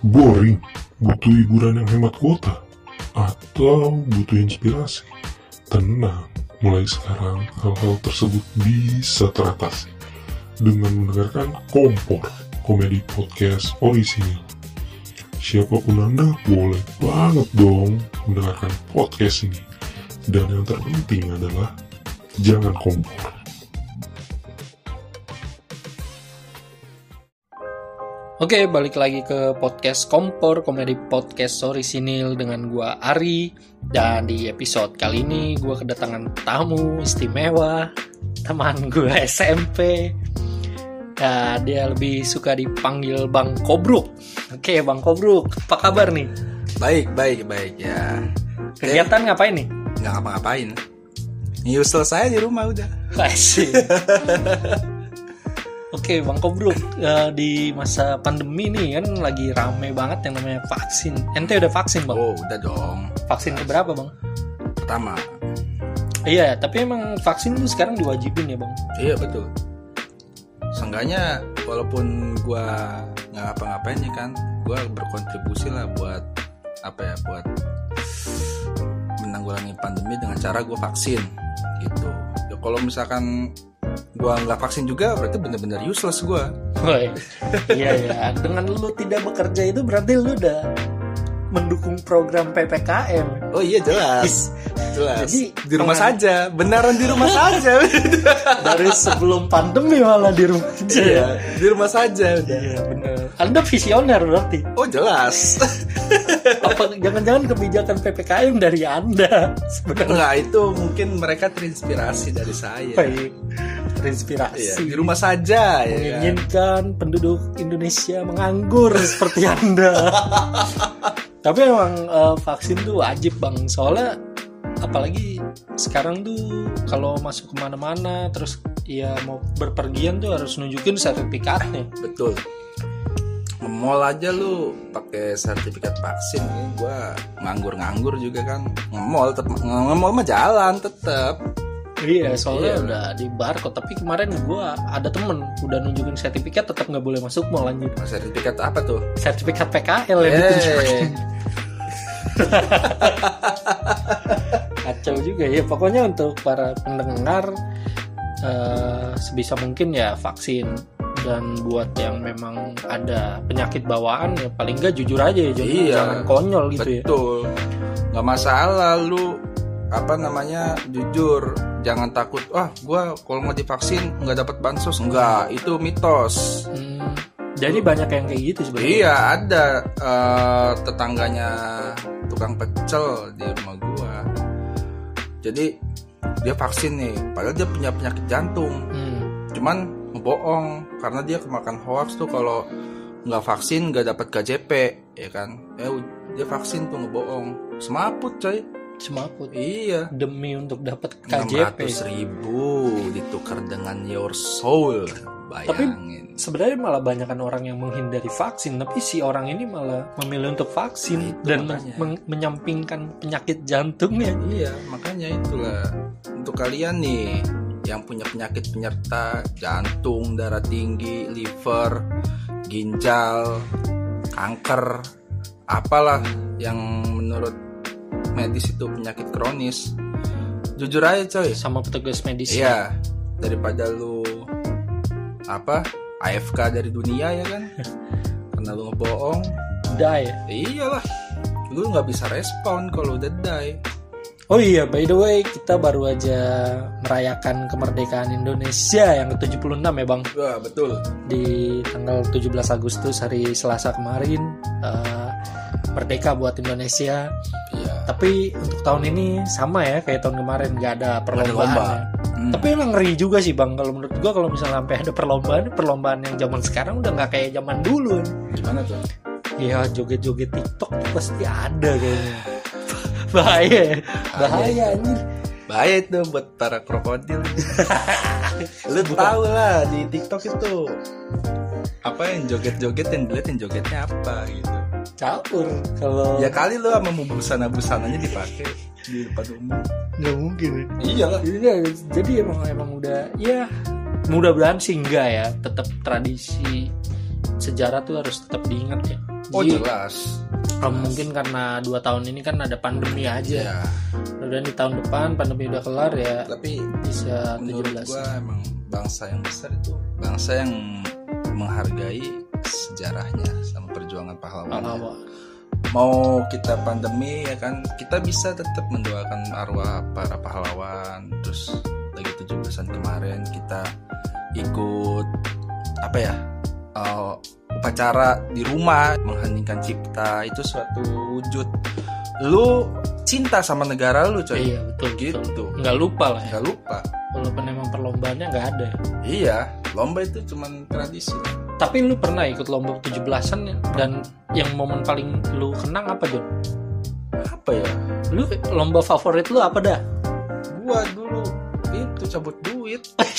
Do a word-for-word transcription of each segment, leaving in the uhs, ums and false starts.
Boring? Butuh hiburan yang hemat kuota? Atau butuh inspirasi? Tenang, mulai sekarang hal-hal tersebut bisa teratasi dengan mendengarkan Kompor, komedi podcast orisinil. Siapapun Anda boleh banget dong mendengarkan podcast ini. Dan yang terpenting adalah jangan kompor. Oke, balik lagi ke podcast Kompor, komedi podcast orisinil dengan gua Ari. Dan di episode kali ini gua kedatangan tamu istimewa, teman gua S M P. Ya, dia lebih suka dipanggil Bang Kobruk. Oke, Bang Kobruk, apa kabar nih? Baik, baik, baik ya. Kegiatan ngapain nih? Nggak ngapa-ngapain. Yuk selesai di rumah udah. Asik. Oke, Bang Kobruk, uh, di masa pandemi nih kan lagi rame banget yang namanya vaksin. Ente udah vaksin, Bang? Oh, udah dong. Vaksin keberapa, Bang? Pertama. Iya, tapi emang vaksin tuh sekarang diwajibin ya, Bang? Iya, betul. Seenggaknya walaupun gua nggak ngapa-ngapain ya kan, gua berkontribusi lah buat apa ya, buat menanggulangi pandemi dengan cara gua vaksin gitu. Ya kalau misalkan gua nggak vaksin juga berarti benar-benar useless gua. Woy, iya ya. Dengan lu tidak bekerja itu berarti lu udah mendukung program P P K M. Oh iya jelas, jelas. Jadi di rumah pengen... saja, beneran di rumah saja. Dari sebelum pandemi malah di rumah aja. Iya, di rumah saja. Udah. Iya benar. Anda visioner berarti. Oh jelas. Apa jangan-jangan kebijakan P P K M dari Anda sebenarnya? Enggak, itu mungkin mereka terinspirasi dari saya. Baik. Terinspirasi. Iya, di rumah saja ya. Menginginkan kan? Penduduk Indonesia menganggur seperti Anda. Tapi emang uh, vaksin tuh wajib, Bang. Soalnya apalagi sekarang tuh kalau masuk kemana-mana terus ya mau berpergian tuh harus nunjukin sertifikatnya. Betul. Nge-mall aja lu pakai sertifikat vaksin. Ini gua nganggur-nganggur juga kan. Nge-mall tetap nge-mall mah jalan tetap. Iya, soalnya iya. Udah di barcode. Tapi kemarin gue ada temen udah nunjukin sertifikat tetap nggak boleh masuk mall lanjut. Sertifikat apa tuh? Sertifikat P K L yang hey. ditunjukin. Kacau juga ya. Pokoknya untuk para pendengar uh, sebisa mungkin ya vaksin. Dan buat yang memang ada penyakit bawaan ya paling nggak jujur aja ya. Jangan, iya, jangan konyol gitu. betul. Ya. Betul. Nggak masalah lu apa namanya jujur. Jangan takut, wah gue kalau mau divaksin nggak dapat bansos. Enggak, itu mitos. Hmm, jadi banyak yang kayak gitu sebenarnya. Iya, ada uh, tetangganya tukang pecel di rumah gue. Jadi dia vaksin nih, padahal dia punya penyakit jantung. Hmm. Cuman bohong karena dia kemakan hoax tuh kalau nggak vaksin nggak dapat K J P, ya kan? Eh dia vaksin tuh ngebohong, semaput coy. Semaput. Iya. Demi untuk dapat K J P. enam ratus ribu ditukar dengan your soul. Bayangin. Tapi sebenarnya malah banyakan orang yang menghindari vaksin, tapi si orang ini malah memilih untuk vaksin nah, dan men- menyampingkan penyakit jantungnya. Iya, makanya itulah untuk kalian nih yang punya penyakit penyerta jantung, darah tinggi, liver, ginjal, kanker, apalah yang menurut medis itu penyakit kronis, jujur aja coy sama petugas medis. Iya, daripada lu apa A F K dari dunia ya kan karena lu ngebohong die. Iyalah, lu nggak bisa respon kalau udah die. Oh iya, by the way kita baru aja merayakan kemerdekaan Indonesia yang ke tujuh puluh enam ya Bang. Wah betul. Di tanggal tujuh belas Agustus hari Selasa kemarin uh, merdeka buat Indonesia. Iya. Tapi untuk tahun ini sama ya kayak tahun kemarin, nggak ada perlombaan. Ya. Hmm. Tapi emang ngeri juga sih Bang kalau menurut gua kalau misalnya sampai ada perlombaan, perlombaan yang zaman sekarang udah nggak kayak zaman dulu. Gimana tuh? Ya joget-joget TikTok tuh pasti ada kayaknya. Bahaya, bahaya anjir. Bahaya itu buat para krokodil. Lu tahu lah di TikTok itu apa yang joget-joget yang dilihatin jogetnya apa gitu. Campur kalau ya kali lu sama busana-busananya dipakai di depan umum. Nggak mungkin ya. Iyalah. Ya, jadi emang emang udah ya mudah-mudahan sih enggak ya, tetap tradisi sejarah tuh harus tetap diingat ya. Oh Jadi, jelas. Kalau mungkin karena dua tahun ini kan ada pandemi aja. Ya. Dan di tahun depan pandemi udah kelar ya. Tapi bisa tujuh menurut belas. gua emang bangsa yang besar itu bangsa yang menghargai sejarahnya sama perjuangan pahlawan. Pahlawan. Mau kita pandemi ya kan, kita bisa tetap mendoakan arwah para pahlawan. Terus lagi tujuh belasan kemarin kita ikut apa ya? Uh, upacara di rumah mengheningkan cipta, itu suatu wujud lu cinta sama negara lu coy. Iya betul gitu. Betul. Nggak lupa lah ya. Nggak lupa. Walaupun emang perlombaannya nggak ada. Iya, lomba itu cuman tradisi. Tapi lu pernah ikut lomba tujuh belasan ya? Dan yang momen paling lu kenang apa Jon? Apa ya? Lu lomba favorit lu apa dah? Gua dulu itu cabut duit.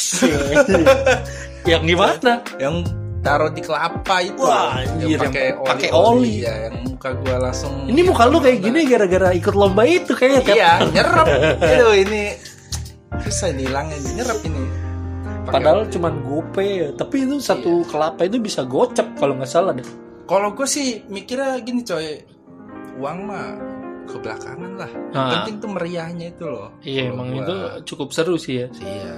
Yang gimana? Yang taruh di kelapa itu. Wah, yang anjir, pakai yang pakai oli, oli. ya, yang muka gua langsung. Ini muka lu kayak gini gara-gara ikut lomba itu kayaknya. Iya, nyerap. Itu ini susah dihilangin, nyerap ini. Pakai Padahal oli. cuman gope ya, tapi itu satu Iya. kelapa itu bisa gocap kalau nggak salah deh. Kalau gue sih mikirnya gini coy, uang mah kebelakangan lah. Yang Nah. penting tuh meriahnya itu loh. Iya, Kalau emang gua- itu cukup seru sih ya. Iya.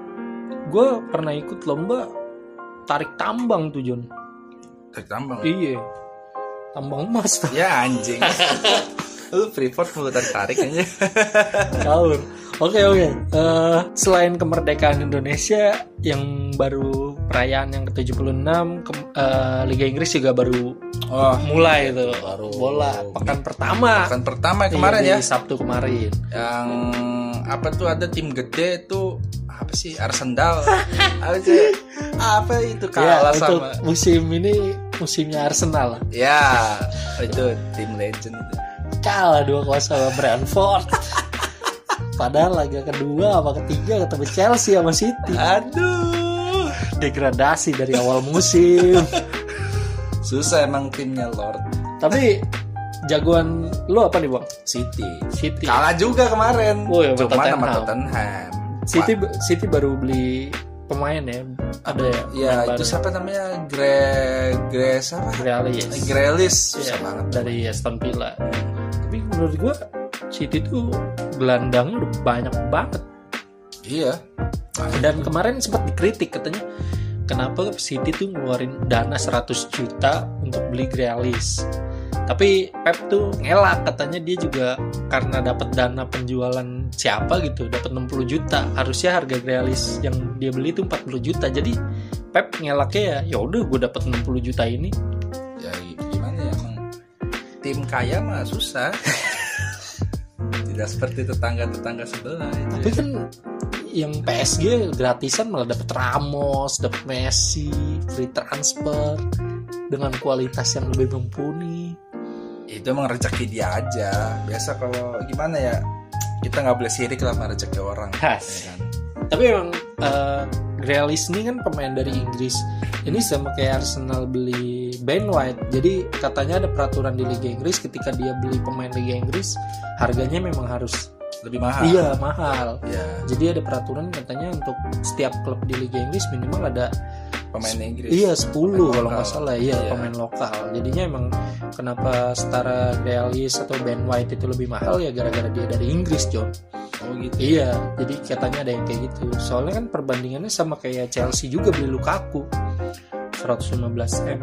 Gue pernah ikut lomba tarik tambang tuh Jon. Tarik tambang. Iya, tambang emas tuh. Ya anjing. Lu Freeport mulu tarik-tarik aja. Caur. Oke oke. Eh, selain kemerdekaan Indonesia yang baru perayaan yang ke tujuh puluh enam, ke, eh, Liga Inggris juga baru Oh, mulai tuh. baru. Bola pekan pertama. Pekan pertama kemarin Iya, ya. di Sabtu kemarin. Yang apa tuh ada tim gede tuh apa sih Arsenal. apa sih? Apa itu Ya, kalah untuk sama. musim ini musimnya Arsenal. Ya, itu tim legend itu. Kalah dua kosong sama Brentford. Padahal laga kedua apa ketiga ketemu Chelsea sama City. Aduh. Degradasi dari awal musim. Susah emang timnya Lord. Tapi jagoan lu apa nih, Bang? City. City. Kalah juga kemarin. Oh, ya, sama Cuma sama Tottenham. Tottenham. City City baru beli pemain ya. Ada ya. Ya pemain itu baru. siapa namanya? Gre Gre siapa? Grealish. Grealish susah Iya, banget. dari Aston Villa. Tapi menurut gua City tuh gelandangnya udah banyak banget. Iya. Dan kemarin sempat dikritik katanya kenapa City tuh ngeluarin dana seratus juta untuk beli Grealish. Tapi Pep tuh ngelak, katanya dia juga karena dapat dana penjualan siapa gitu, dapat enam puluh juta. Harusnya harga Grealish yang dia beli itu empat puluh juta. Jadi Pep ngelaknya ya, ya udah gue dapat enam puluh juta ini. Ya gimana ya emang tim kaya mah susah. Tidak seperti tetangga-tetangga sebelah itu. Tapi kan yang P S G gratisan malah dapat Ramos, dapat Messi, free transfer dengan kualitas yang lebih mumpuni. Itu emang rezeki dia aja. Biasa kalau gimana ya, kita nggak boleh sirik lah sama rezeki orang. Has. Ya kan? Tapi emang uh, Grealish ini kan pemain dari Inggris. Ini sama kayak Arsenal beli Ben White. Jadi katanya ada peraturan di Liga Inggris, ketika dia beli pemain Liga Inggris, harganya memang harus Lebih mahal. iya mahal. Ya, Jadi ada peraturan katanya untuk setiap klub di Liga Inggris minimal ada pemain Inggris. iya sepuluh Pemain kalau nggak lokal. salah. Iya, Iya. pemain lokal. Jadinya emang kenapa setara Grealish atau Ben White itu lebih mahal ya gara-gara dia dari Inggris, John. Oh gitu. Iya, jadi katanya ada yang kayak gitu. Soalnya kan perbandingannya sama kayak Chelsea juga beli Lukaku seratus lima belas M.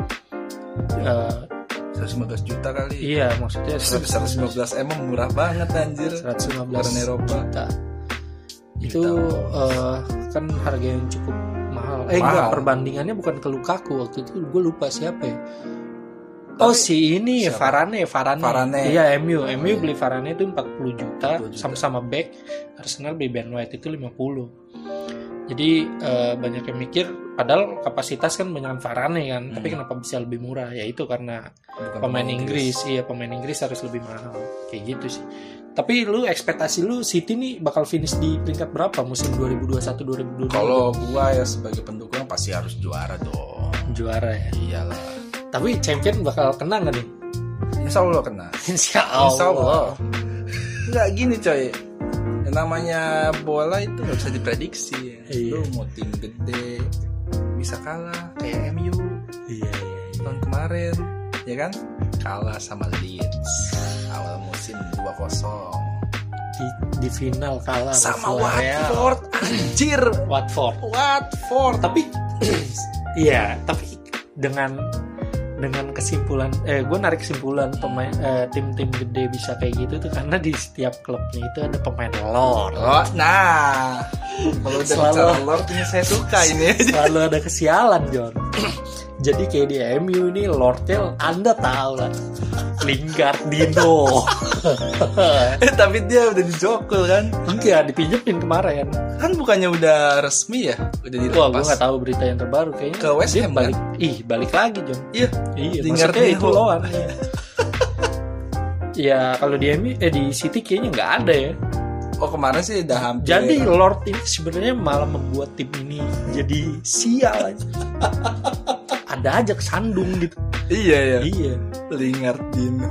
Uh, seratus lima belas juta kali. iya, maksudnya seratus lima belas M murah banget anjir. seratus lima belas Orang Eropa. juta. Itu Juta. uh, kan harga yang cukup mahal. Eh Mahal. enggak, perbandingannya bukan ke Lukaku waktu itu. Gue lupa siapa ya. Oh Tapi- si ini siapa? Varane, Varane. Varane. Iya M U, M U iya. beli Varane itu empat puluh juta, empat puluh juta. sama-sama back. Arsenal beli Ben White itu lima puluh. Jadi eh, banyak yang mikir, padahal kapasitas kan banyak Varane kan, Hmm. tapi kenapa bisa lebih murah? Ya itu karena Bukan pemain Inggris. Iya pemain Inggris harus lebih mahal, kayak gitu sih. Tapi lu ekspektasi lu City nih bakal finish di peringkat berapa musim dua ribu dua puluh satu dua ribu dua puluh dua? Kalau gua ya sebagai pendukung pasti harus juara dong. Juara ya. Iyalah. Tapi champion bakal kena nggak nih? Insya Allah kena. Insya Allah. Insya Allah. Nggak gini coy. Yang namanya bola itu nggak bisa diprediksi. Iya. Lu mau tim gede bisa kalah kayak M U. Iya. tahun kemarin, ya kan? Kalah sama Leeds awal musim dua kosong. Di, di final kalah sama Watford, anjir. Watford. Watford. Tapi iya, tapi dengan dengan kesimpulan eh gue narik kesimpulan pemain eh, tim-tim gede bisa kayak gitu tuh karena di setiap klubnya itu ada pemain lord. Oh, nah. Kalau udah bicara lord ini saya suka ini. Selalu ada kesialan, John. Jadi kayak di M U ini Lordnya Anda tahu lah. Lingard, Dino. eh, tapi dia udah dijokul kan? Enggak, dipinjemin kemarin. Kan bukannya udah resmi ya? Udah dilepas. Wah, gue nggak tahu berita yang terbaru kayaknya. Ke West Ham balik. Kan? Ih, balik lagi, John. Iya. Iya, Lingard maksudnya itu loan. Iya. Ya, kalau di M U eh di City kayaknya nggak ada ya. Oh, kemarin sih udah hampir. Jadi Lord ini sebenarnya malah membuat tim ini jadi sial aja. Ada aja kesandung gitu. Iya ya. Iya. Lingard, Dino.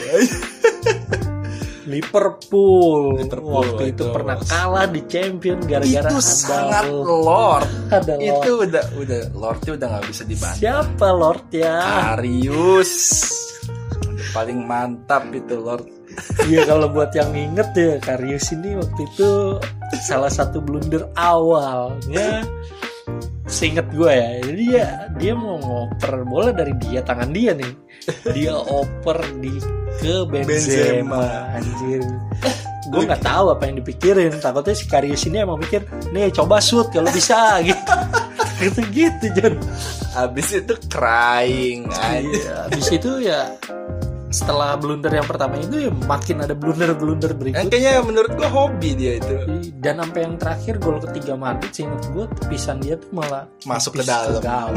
Liverpool, Liverpool waktu itu, itu pernah kalah di champion gara-gara itu ada sangat Lord. Ada Lord. Itu udah udah Lordnya udah nggak bisa dibantah. Siapa Lord ya? Karius. Paling mantap itu Lord. Iya, kalau buat yang inget ya, Karius ini waktu itu salah satu blunder awalnya. Seinget gue ya, jadi dia dia mau ngoper bola dari dia tangan dia nih, dia oper di ke Benzema, Benzema. Anjir. Gue nggak tahu apa yang dipikirin, takutnya si Karius ini emang mikir, nih coba shoot kalau bisa gitu, gitu gitu John. Abis itu crying aja. Iya, abis itu ya setelah blunder yang pertama itu ya makin ada blunder-blunder berikutnya. Eh, kayaknya menurut gue hobi dia itu. Dan sampai yang terakhir gol ketiga Madrid, seingat gue tepisan dia tuh malah masuk ke dalam gawang.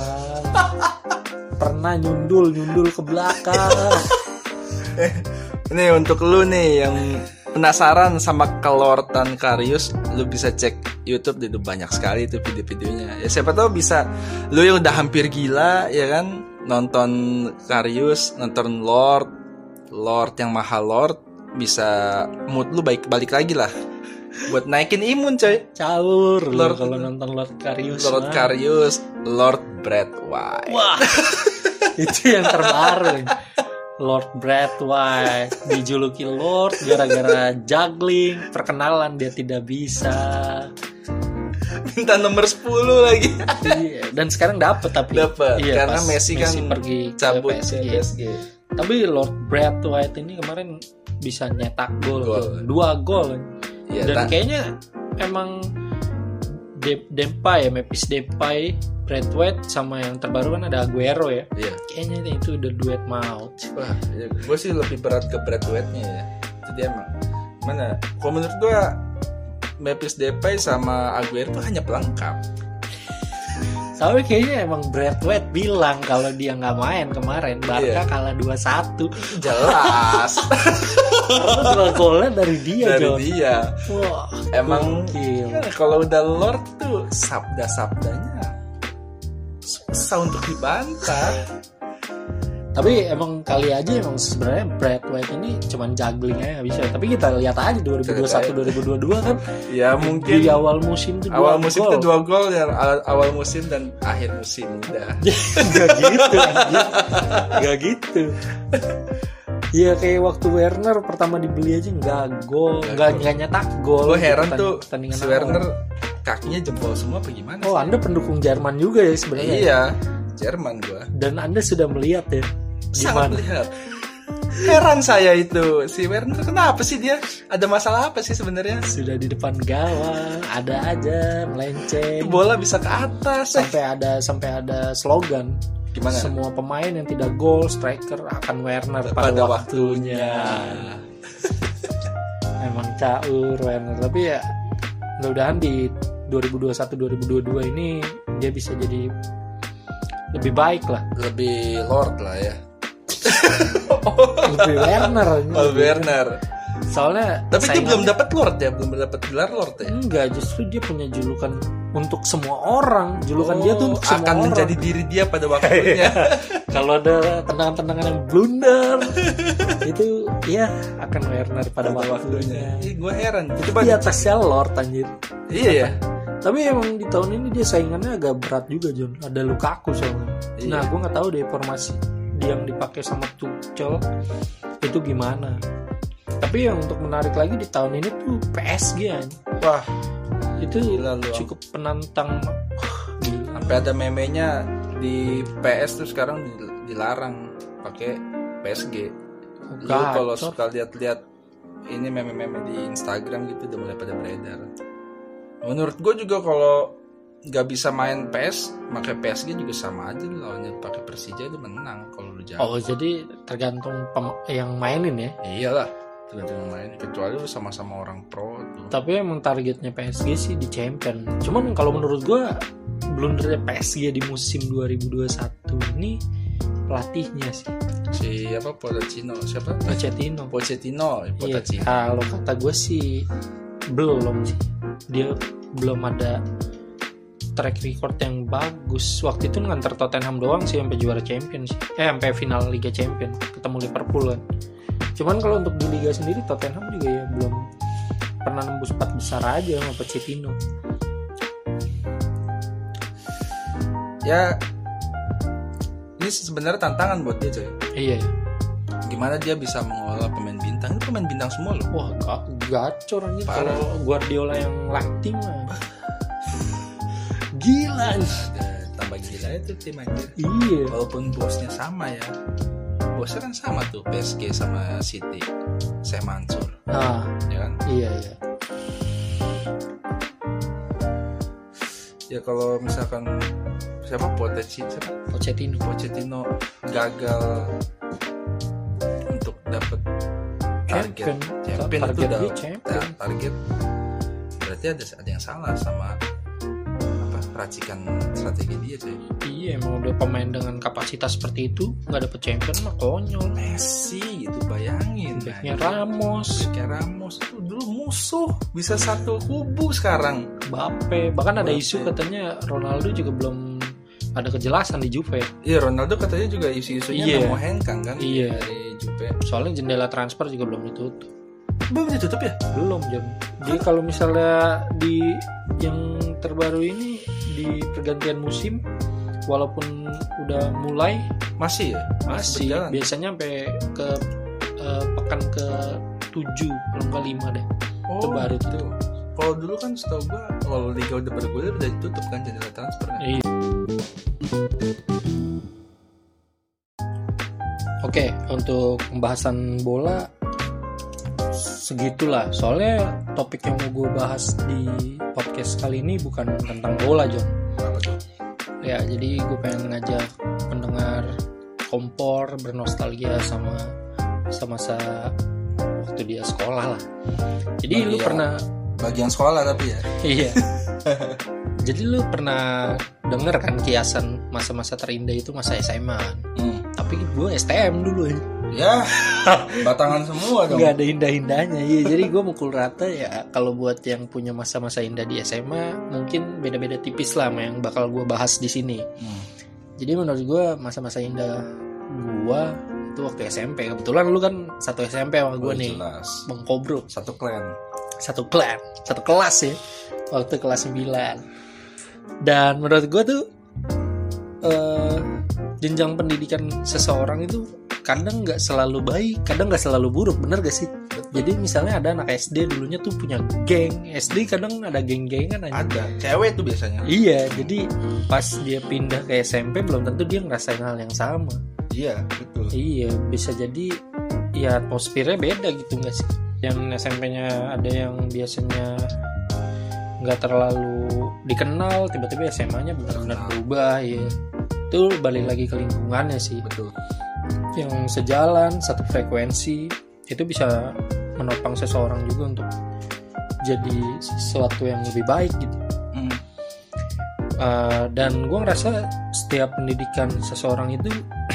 Pernah nyundul nyundul ke belakang. Nih untuk lu nih yang penasaran sama kelortan Karius, lu bisa cek YouTube, itu banyak sekali itu video-videonya. Ya siapa tahu bisa lu yang udah hampir gila ya kan, nonton Karius, nonton Lord, Lord yang mahal Lord, bisa mood lu baik balik lagi lah. Buat naikin imun coy. Caur Lord, kalau nonton Lord Karius. Lord Karius, Lord Brad White. Wah. Itu yang terbaru. Lord Brad White dijuluki Lord gara-gara juggling, perkenalan dia tidak bisa. Minta nomor sepuluh lagi. Iya, dan sekarang dapat tapi dapat iya, karena Messi, Messi kan pergi cabut ke P S G. P S G. Tapi Lord Brad White ini kemarin bisa nyetak gol, dua gol. Ya, dan ta- kayaknya emang De- Depay ya, Memphis Depay, Brad White sama yang terbaru kan ada Aguero ya. Iya. Kayaknya itu udah duet maut. Wah, ya, gue sih lebih berat ke Brad White-nya ya. Jadi emang mana? Kalau menurut gue Memphis Depay sama Aguero itu hanya pelengkap. Tapi kayaknya emang Brad White bilang kalau dia nggak main kemarin, Barca yeah. kalah dua satu. Jelas. Dua golnya dari dia, Dari John. dia. Wah, emang ya, kalau udah Lord tuh sabda-sabdanya susah untuk dibantah. Tapi emang kali aja emang sebenarnya Brad White ini cuman juggling aja nggak bisa. Tapi kita lihat aja dua ribu dua puluh satu dua ribu dua puluh dua kan. Ya mungkin di awal musim tuh awal dua musim gol. tuh dua gol dan awal musim dan akhir musim udah. Gak gitu, gak gitu. Iya kayak waktu Werner pertama dibeli aja nggak gol, nggak nggak nyetak gol. Gue heran tuh si Werner kakinya jempol semua apa gimana? Oh, sih? Anda pendukung Jerman juga ya sebenarnya? Iya, Jerman gua. Dan Anda sudah melihat ya? Sangat melihat. Heran saya itu si Werner, kenapa sih dia? Ada masalah apa sih sebenarnya? Sudah di depan gawang, ada aja melenceng. Itu bola bisa ke atas. Sampai eh. ada sampai ada slogan. Gimana? Semua pemain yang tidak gol striker akan Werner pada, pada waktunya. waktunya. Emang caur Werner, tapi ya mudah-mudahan di dua ribu dua puluh satu dua ribu dua puluh dua ini dia bisa jadi lebih baik lah, lebih Lord lah ya. lebih Werner. Oh, Werner. Soalnya tapi dia belum dapat Lord ya, belum dapat gelar Lord ya. Enggak, justru dia punya julukan untuk semua orang. Julukan oh, dia tuh untuk semua akan orang. Menjadi diri dia pada waktunya. Kalau ada tendangan-tendangan yang blunder itu ya akan Werner pada, pada waktunya. Ih, gue heran. Itu di atasnya Lord anjir. Iya ya. Tapi emang di tahun ini dia saingannya agak berat juga John. Ada Lukaku soalnya. Iya. Nah gue nggak tahu deh formasi dia yang dipakai sama Tuchel itu gimana. Tapi yang untuk menarik lagi di tahun ini tuh P S G kan. Wah itu cukup penantang. Sampai ada memenya di P S tuh sekarang dilarang pakai P S G. Lu kalau suka lihat-lihat ini meme-meme di Instagram gitu udah mulai pada beredar. Menurut gue juga kalau nggak bisa main P S, pakai P S G juga sama aja lu lawannya pakai Persija itu menang kalau lu jago. Oh jadi tergantung pem- yang mainin ya? Iyalah, tergantung yang mainin. Kecuali lu sama-sama orang pro tuh. Tapi emang targetnya P S G sih di Champion. Cuman kalau menurut gue blundernya P S G di musim dua ribu dua puluh satu ini pelatihnya sih. Si apa Pochettino siapa? Pochettino. Pochettino. Iya, kalau kata gue sih belum sih. Dia belum ada track record yang bagus. Waktu itu nganter Tottenham doang sih sampai juara Champions sih. Eh sampai final Liga Champions ketemu Liverpool kan. Cuman kalau untuk di Liga sendiri Tottenham juga ya belum pernah nembus empat besar aja sama Pochettino. Ya ini sebenarnya tantangan buat dia coy. Iya. Gimana dia bisa mengolah pemain bintang? Ini pemain bintang semua loh. Wah gak gacor aja kalau Guardiola yang latih mah. Gila. Tambah gila itu tim anjir. Iya. Walaupun bosnya sama ya. Bosnya kan sama tuh P S G sama City. Saya Mansur. Ah. Ya kan? Iya iya. Ya kalau misalkan siapa Pochettino siapa? Pochettino Pochettino gagal untuk dapat target champion, champion target itu udah champion. Ya, target berarti ada ada yang salah sama apa racikan strategi dia cuy. Iya emang udah pemain dengan kapasitas seperti itu nggak dapet champion mah konyol. Messi gitu bayangin. Backnya Ramos. Backnya Ramos itu dulu musuh bisa satu kubu sekarang. Mbappe bahkan ada Mbappe. isu katanya Ronaldo juga belum ada kejelasan di Juve. Iya Ronaldo katanya juga isu-isunya Iya. mau hengkang kan Iya. dari Juve. Soalnya jendela transfer juga belum ditutup. Belum ditutup ya? Belum Jam. Jadi kalau misalnya di yang terbaru ini di pergantian musim, walaupun udah mulai Masih ya? masih berjalan? biasanya sampai ke eh, pekan ke tujuh kalau nggak lima deh. Oh, terbaru gitu. Kalau dulu kan setahu gua kalau liga udah bergulir udah ditutup kan jendela transfer. Iya. Oke, untuk pembahasan bola segitulah. Soalnya topik yang mau gue bahas di podcast kali ini bukan tentang bola, John. Apa tuh? Ya, jadi gue pengen ngajak pendengar kompor bernostalgia sama masa-masa waktu dia sekolah lah. Jadi Oh, lu iya. pernah Bagian sekolah tapi ya. iya. Jadi lu pernah denger kan kiasan masa-masa terindah itu masa S M A. Hmm. Tapi gue S T M dulu ya. Ya, batangan semua dong. Nggak ada indah-indahnya. Iya, jadi gue mukul rata ya. Kalau buat yang punya masa-masa indah di S M A, mungkin beda-beda tipis lah sama yang bakal gue bahas di sini. Hmm. Jadi menurut gue masa-masa indah gue itu waktu S M P. Kebetulan lu kan satu S M P sama gue Oh, nih, jelas. Bang Kobro. Satu klan. Satu kelas, satu kelas ya. Waktu kelas sembilan. Dan menurut gue tuh eh, jenjang pendidikan seseorang itu kadang nggak selalu baik, kadang nggak selalu buruk, bener gak sih? Jadi misalnya ada anak S D dulunya tuh punya geng, S D kadang ada geng-gengan aja. Ada cewek tuh biasanya. Iya, jadi pas dia pindah ke S M P belum tentu dia ngerasain hal yang sama. Iya, betul. Iya, bisa jadi ya atmosfernya beda gitu nggak sih? Yang S M P-nya ada yang biasanya nggak terlalu dikenal, tiba-tiba S M A-nya benar-benar Kenal. berubah ya. Itu balik lagi ke lingkungannya sih. Betul. Yang sejalan, satu frekuensi itu bisa menopang seseorang juga untuk jadi sesuatu yang lebih baik gitu. Hmm. Uh, dan gue ngerasa setiap pendidikan seseorang itu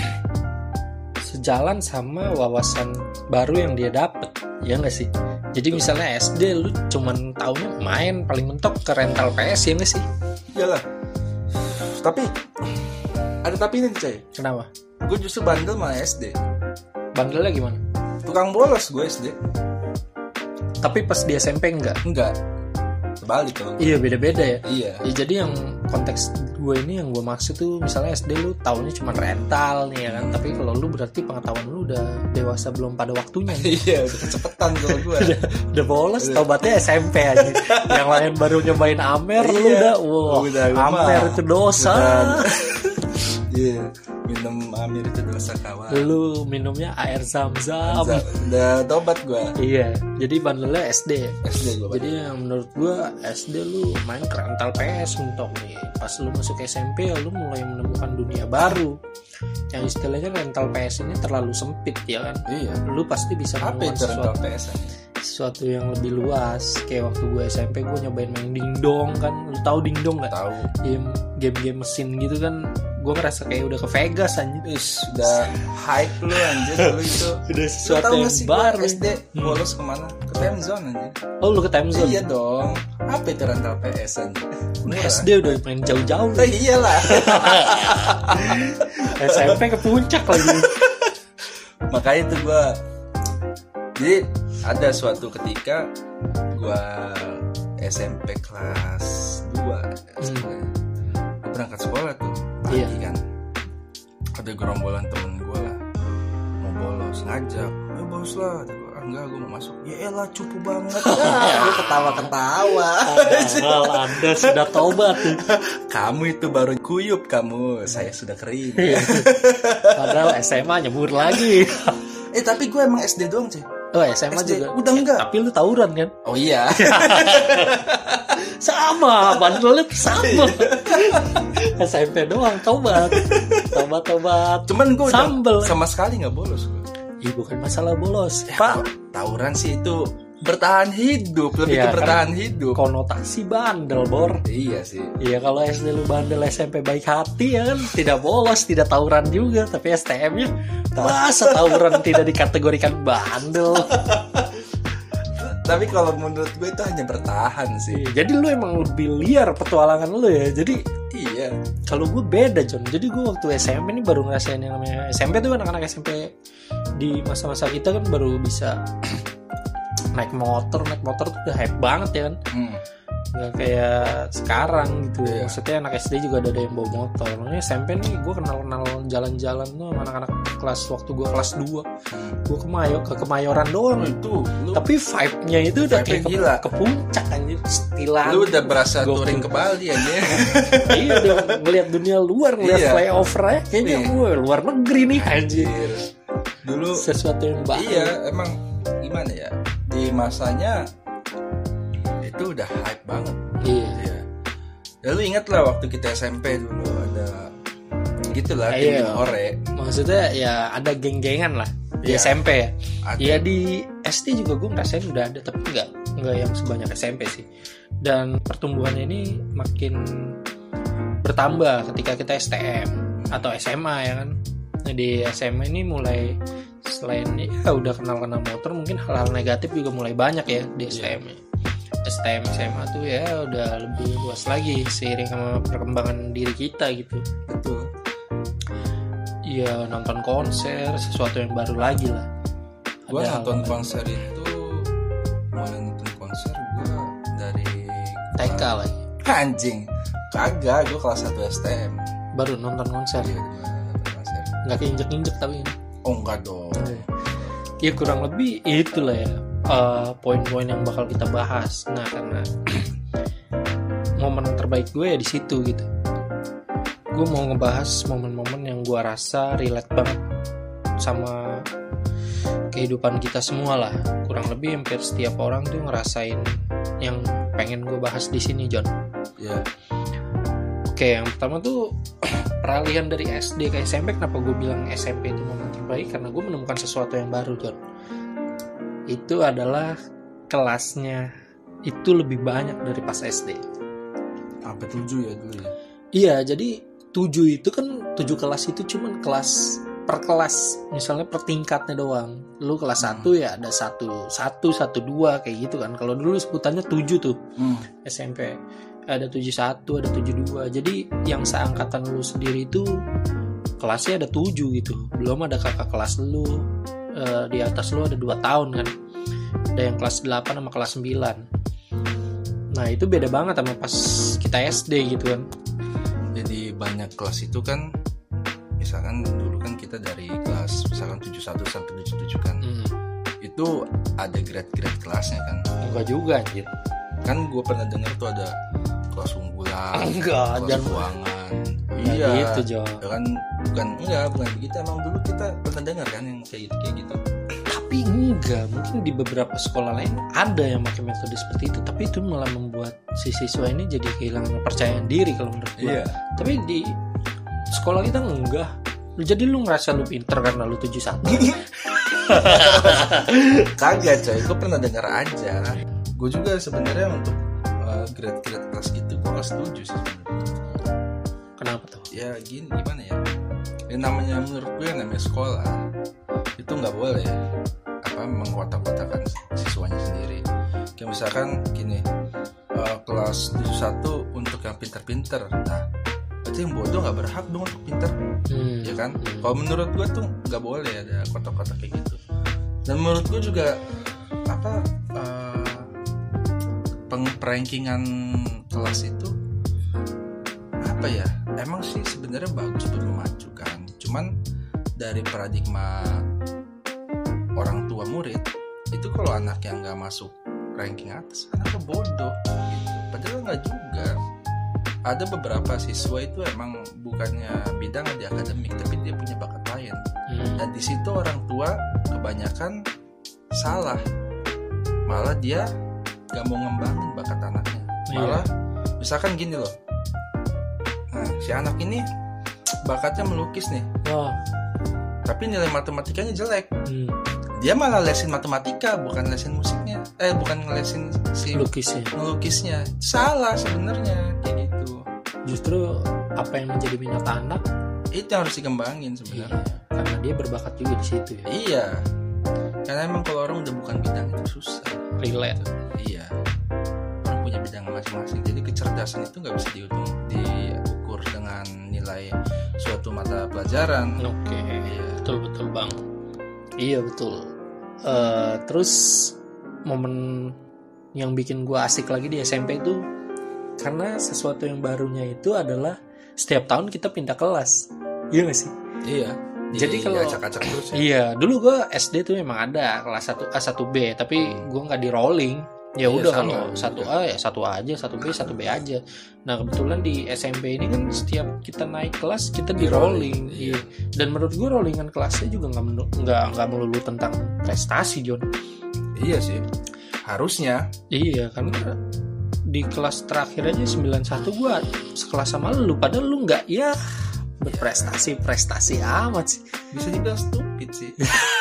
sejalan sama wawasan baru yang dia dapat, ya nggak sih? Jadi misalnya S D lu cuman taunya main, paling mentok ke rental P S, ya nggak sih? Iyalah. Tapi ada tapi nih coy. Kenapa? Gue justru bandel sama S D. Bandelnya gimana? Tukang bolos gue S D. Tapi pas di S M P enggak? Enggak. kebalik kalau gue. Iya beda-beda ya. Iya. Ya, jadi yang konteks gue ini yang gue maksud tuh misalnya S D lu tahunnya cuma rental nih ya kan, tapi kalau lu berarti pengetahuan lu udah dewasa belum pada waktunya. Iya, udah kecepetan kalau gue. udah, udah bolos, tobatnya S M P aja. Yang lain baru nyobain Amer, lu udah, wah, udah, Amer itu dosa. Iya, minum Amer itu dosa kawan. Lu minumnya air zam-zam. Udah tobat gue. Iya, jadi bandelnya S D. S D gue. Jadi yang menurut gue S D lu main ke rental P S mentok nih. Pas lu masuk S M P ya lu mulai menemukan dunia baru. Yang istilahnya rental P S ini terlalu sempit ya kan. Iya. Lu pasti bisa menemukan sesuatu P S sesuatu yang lebih luas. Kayak waktu gue S M P gue nyobain main dingdong kan. Lu tahu dingdong nggak? Tahu. Game game mesin gitu kan. Gue ngerasa kayak udah ke Vegas anjir. Is, udah hype lu anjir lu itu. Udah sesuatu yang baru. S D bolos kemana? Ke time zone anjir. Oh lu ke time zone? Iya dong. Apa itu rental P S anjir? S D udah main jauh-jauh. Oh, iyalah. S M P ke puncak lagi. Makanya itu gue. Jadi ada suatu ketika gue S M P kelas dua hmm. gue berangkat sekolah tuh pagi iya. kan ada gerombolan temen gue lah mau bolos ngajak ayo bolos lah ah, enggak gue mau masuk ya elah cupu banget gue ketawa-ketawa padahal anda sudah tobat kamu itu baru kuyup kamu saya sudah kering padahal S M A nyebur lagi eh tapi gue emang S D doang cuy. Oh S M A S D. juga udah enggak. Tapi lu tawuran kan? Oh iya. Sama, bandelnya sama. S M P doang tobat. Tobat-tobat. Cuman gue sambel sama sekali nggak bolos. Iya bukan masalah bolos. Ya, Pak, tawuran sih itu bertahan hidup, lebih ya, ke bertahan kan hidup. Konotasi bandel, Bor. Iya sih. Iya kalau S D lu bandel, S M P baik hati ya kan, tidak bolos, tidak tawuran juga, tapi S T M-nya masa tawuran tidak dikategorikan bandel. Tapi kalau menurut gue itu hanya bertahan sih. Iya, jadi lu emang lebih liar petualangan lu ya. Jadi iya. Kalau gue beda John. Jadi gue waktu S M P ini baru ngerasain yang namanya S M P tuh anak-anak S M P di masa-masa kita kan baru bisa naik motor, naik motor tuh udah hype banget ya kan. Hmm. Gak kayak sekarang gitu. Yeah. Maksudnya anak S D juga ada yang bawa motor. Makanya S M P nih gue kenal-kenal jalan-jalan tuh sama anak-anak kelas waktu gue kelas dua. Hmm. Gue ke Mayo, ke Kemayoran doang oh, itu. Lu, tapi vibe-nya itu udah kayak ke, ke puncak anjir, stilan. Lu udah berasa touring ke Bali aja. Iya udah ngeliat dunia luar, ngeliat iya. flyover aja kayaknya gue luar negeri nih anjir. Dulu sesuatu yang baru. Iya, emang gimana ya? Di masanya itu udah hype banget. Iya. Ya. Ya lu inget lah waktu kita S M P dulu ada gitulah tim hore. Maksudnya ya ada geng-gengan lah di ya. S M P ya. Ada. Ya di S D juga gue ngerasain udah ada, tapi enggak enggak yang sebanyak S M P sih. Dan pertumbuhannya ini makin bertambah ketika kita S T M atau S M A ya kan. Nah, di S M A ini mulai selain ya udah kenal-kenal motor, mungkin hal-hal negatif juga mulai banyak ya di S T M. Yeah. S T M S M A tuh ya udah lebih luas lagi seiring sama perkembangan diri kita gitu. Betul. Iya, nonton konser sesuatu yang baru lagi lah. Gue nonton konser itu mulai nonton konser gue dari T K lagi. Anjing. Kagak, gue kelas satu S T M. Baru nonton konser. Iya, konser. Nggak keinjek-injek tapi ini. Oh enggak dong. Ya kurang lebih itulah ya uh, poin-poin yang bakal kita bahas. Nah karena momen terbaik gue ya di situ gitu. Gue mau ngebahas momen-momen yang gue rasa relate banget sama kehidupan kita semua lah. Kurang lebih hampir setiap orang tuh ngerasain yang pengen gue bahas di sini, John. Iya. Yeah. Oke, yang pertama tuh peralihan dari S D ke S M P. Kenapa gue bilang S M P itu momen terbaik? Karena gue menemukan sesuatu yang baru, John. Itu adalah kelasnya itu lebih banyak dari pas S D. Sampai tujuh ya dulu ya? Iya, jadi tujuh itu kan tujuh kelas itu cuman kelas per kelas, misalnya per tingkatnya doang. Lu kelas satu hmm. ya ada satu, satu, satu, dua kayak gitu kan. Kalau dulu sebutannya tujuh tuh hmm. S M P. Ada tujuh satu, ada tujuh dua. Jadi yang seangkatan lu sendiri itu kelasnya ada tujuh gitu. Belum ada kakak kelas lu e, di atas lu ada dua tahun kan. Ada yang kelas delapan sama kelas sembilan. Nah itu beda banget sama pas kita S D gitu kan. Jadi banyak kelas itu kan, misalkan dulu kan kita dari kelas misalkan tujuh puluh satu sampai tujuh puluh tujuh kan, hmm. itu ada grade-grade kelasnya kan. Enggak juga anjir. Kan gue pernah dengar tuh ada kelas unggulan, enggak, kelas keuangan. Iya gitu Jo. Kan bukan enggak bukan begitu, emang dulu kita pernah dengar kan yang kayak gitu kayak gitu. Tapi enggak, mungkin di beberapa sekolah lain ada yang pakai metode seperti itu, tapi itu malah membuat si siswa ini jadi kehilangan kepercayaan diri kalau menurut gue. Iya. Tapi di sekolah kita enggak. Jadi lu ngerasa lu pinter karena lu tujuh puluh satu. Kagak coy, gue pernah dengar aja. Gue juga sebenarnya untuk uh, grade-grade kelas gitu gue gak setuju sih sebenarnya. Kenapa tuh? Ya gini, gimana ya? Yang namanya menurut gue yang namanya sekolah itu nggak boleh apa mengkotak-kotakan siswanya sendiri. Kayak misalkan gini, uh, kelas tujuh puluh satu untuk yang pinter-pinter. Nah, berarti yang bodoh nggak berhak dong untuk pinter, hmm. ya kan? Hmm. Kalau menurut gue tuh nggak boleh ada kotak-kotak kayak gitu. Dan menurut gue juga apa uh, pengrankingan kelas itu apa ya? Emang sih sebenarnya bagus buat memajukan. Cuman dari paradigma orang tua murid itu kalau anak yang nggak masuk ranking atas anaknya bodoh gitu. Padahal nggak juga. Ada beberapa siswa itu emang bukannya bidang di akademik tapi dia punya bakat lain. Hmm. Dan di situ orang tua kebanyakan salah. Malah dia nggak mau ngembangin bakat anaknya. Malah yeah. misalkan gini loh. Nah, si anak ini bakatnya melukis nih. Oh. Tapi nilai matematikanya jelek. Hmm. Dia malah lesin matematika, bukan lesin musiknya. Eh, bukan lesin si lukisnya. Melukisnya. Salah sebenarnya kayak gitu. Justru apa yang menjadi minat anak itu yang harus dikembangin sebenarnya. Iya, karena dia berbakat juga di situ ya. Iya. Karena emang kalau orang udah bukan bidang itu susah. Relate. Iya. Orang punya bidang masing-masing. Jadi kecerdasan itu nggak bisa dihitung, diukur dengan nilai suatu mata pelajaran. Oke. Okay. Iya. Betul betul bang. Iya betul. Uh, terus momen yang bikin gue asik lagi di S M P itu karena sesuatu yang barunya itu adalah setiap tahun kita pindah kelas. Iya gak sih? Iya. Jadi kalau acak-acak terus ya? Iya, dulu gue S D tuh memang ada kelas satu A satu B, tapi gue nggak di rolling. Ya iya, udah kalau satu A ya satu A aja, satu B satu B aja. Nah kebetulan di S M P ini kan setiap kita naik kelas kita di rolling. Iya. Dan menurut gue rollingan kelasnya juga nggak nggak nggak melulu tentang prestasi, John. Iya sih. Harusnya. Iya, karena di kelas terakhir aja sembilan puluh satu gue sekelas sama lu, padahal lu nggak ya berprestasi prestasi amat sih. Bisa dibilang stupid sih.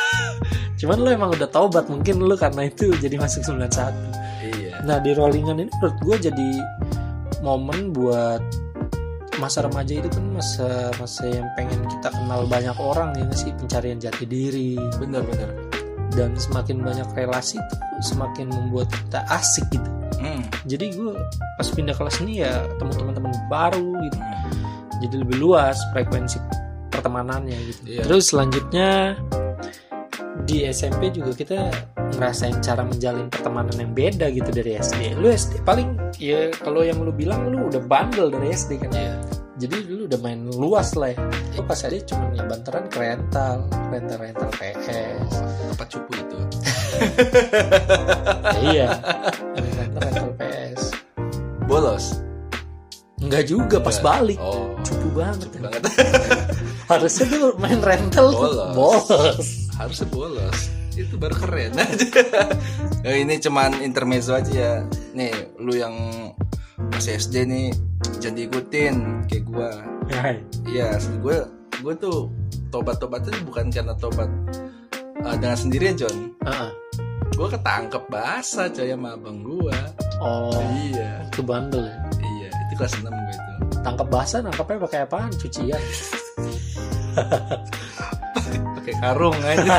Cuman lu emang udah taubat mungkin lu karena itu jadi masuk sembilan puluh satu. Iya. Nah di rollingan ini menurut gue jadi momen buat masa remaja itu kan masa masa yang pengen kita kenal banyak orang ya sih, pencarian jati diri. Benar-benar. Dan semakin banyak relasi tuh semakin membuat kita asik gitu. Hmm. Jadi gue pas pindah kelas ini ya ketemu teman-teman baru gitu. Hmm. Jadi lebih luas frekuensi pertemanannya gitu. Iya. Terus selanjutnya di S M P juga kita ngerasain cara menjalin pertemanan yang beda gitu dari S D. Lu S D paling ya kalau yang lu bilang lu udah bandel dari S D kan ya. Jadi lu udah main luas lah ya. Lu pas aja cuma ya banteran ke rental, rental-rental P S. Oh, tempat cupu itu. Ya, iya. Rental-rental P S. Bolos. Enggak juga pas balik. Oh, cupu banget. Cupu banget. Harusnya tuh main rental bolos. bolos. Harusnya bolos. Itu baru keren. Nah, ini cuman intermezzo aja ya. Nih, lu yang masih S D nih jangan diikutin kayak gua. Iya, gue gue tuh tobat-tobatnya bukan karena tobat uh, dengan sendirian, John. Uh-uh. Gue ketangkep bahasa coy sama abang gua. Oh. Iya. Itu bandel ya. Iya, itu kelas enam gue itu. Tangkep bahasa nangkepnya pakai apaan? Cucian. Pakai karung aja.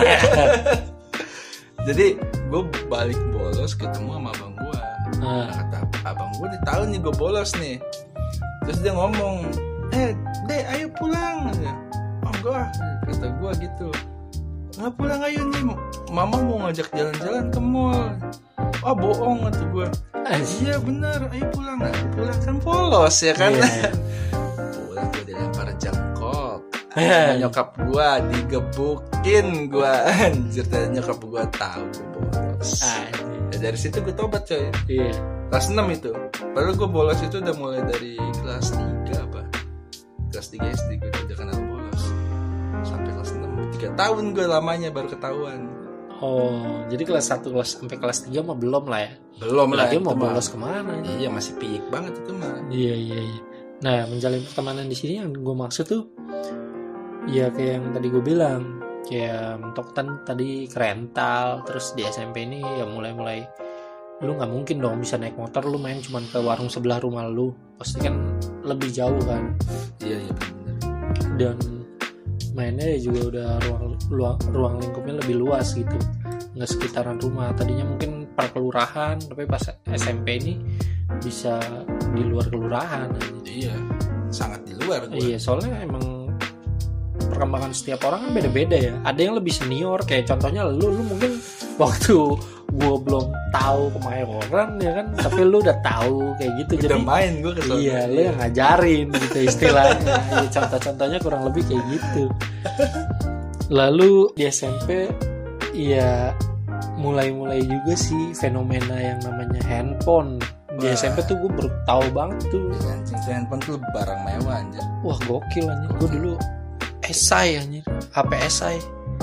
Jadi gue balik bolos ketemu sama abang gue. Nah, kata abang gue dia tahu nih gue bolos nih. Terus dia ngomong, eh dek ayo pulang. Oh enggak, kata gue gitu. Nggak pulang ayo nih, mama mau ngajak jalan-jalan ke mall. ah bohong kata gue. Iya benar, ayo pulang. Nah, pulang kan polos ya kan. Yeah. Pulang gue dilempar jengkol. Yeah. Nyokap gue digebukin gue. Anjir, dan nyokap gue tahu gue bolos. Ah, ya, dari situ gue tobat coy. Iya. Yeah. Kelas enam itu. Padahal gue bolos itu udah mulai dari kelas tiga apa? Kelas tiga S D gue udah kenal bolos. Sampai kelas enam, tiga tahun gue lamanya baru ketahuan. Oh, jadi kelas satu kelas sampai kelas tiga mah belum lah ya. Belum lah. Dia mau bolos kemana? Iya, masih piik banget itu mah. Iya, iya, iya. Nah, menjalin pertemanan di sini yang gue maksud tuh ya kayak yang tadi gue bilang, kayak mentok kan tadi ke rental, terus di S M P ini ya mulai-mulai lu nggak mungkin dong bisa naik motor lu main cuman ke warung sebelah rumah lu, pasti kan lebih jauh kan. Iya, iya benar. Dan mainnya ya juga udah ruang, ruang ruang lingkupnya lebih luas gitu, nggak sekitaran rumah. Tadinya mungkin per kelurahan, tapi pas S M P ini bisa di luar kelurahan. Iya, sangat di luar gua. Iya, soalnya emang perkembangan setiap orang kan beda-beda ya. Ada yang lebih senior, kayak contohnya lu, lu mungkin waktu gue belum tahu Kemayoran ya kan, tapi lu udah tahu kayak gitu. Udah jadi main gue ke sana. Iya, lu yang ngajarin gitu istilahnya. Ya, contoh-contohnya kurang lebih kayak gitu. Lalu di S M P ya mulai-mulai juga sih fenomena yang namanya handphone. Di wah, S M P tuh gue baru tahu banget tuh. Anjing, handphone tuh barang mewah anjir. Wah, gokil anjir. Gue dulu esai anjir, H P esai.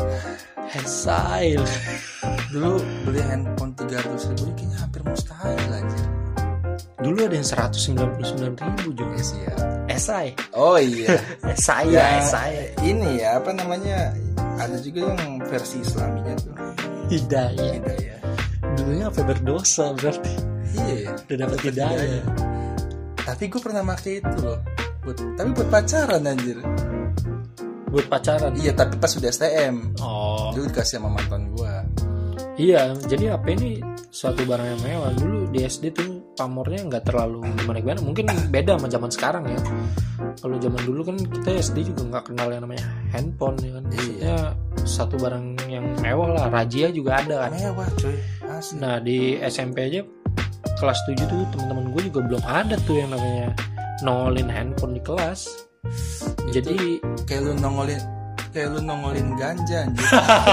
Esai. Dulu beli handphone tiga ratus ribu kayaknya hampir mustahil anjir. Dulu ada yang seratus sembilan puluh sembilan ribu juga sih ya. Esai. Oh iya. Esai ya, esai. Ini ya apa namanya? Ada juga yang versi Islaminya tuh. Hidayah. Hidayah. Dulunya apa berdosa berarti. Iya. Udah dapat hidayah. Tapi gue pernah pakai itu loh. Buat, tapi buat pacaran anjir. Buat pacaran. Iya, tapi pas udah S T M. Oh. Dulu dikasih sama mantan gue. Iya, jadi H P ini suatu barang yang mewah. Dulu di S D tuh pamornya nggak terlalu gimana-gimana. Mungkin beda sama zaman sekarang ya. Kalau zaman dulu kan kita S D juga nggak kenal yang namanya handphone ya kan. Maksudnya iya, satu barang yang mewah lah. Razia juga ada kan. Mewah cuy. Asli. Nah di S M P aja kelas tujuh tuh teman-teman gue juga belum ada tuh yang namanya nongolin handphone di kelas. Itu jadi kayak lu nongolin kayak lu nongolin ganja anjir.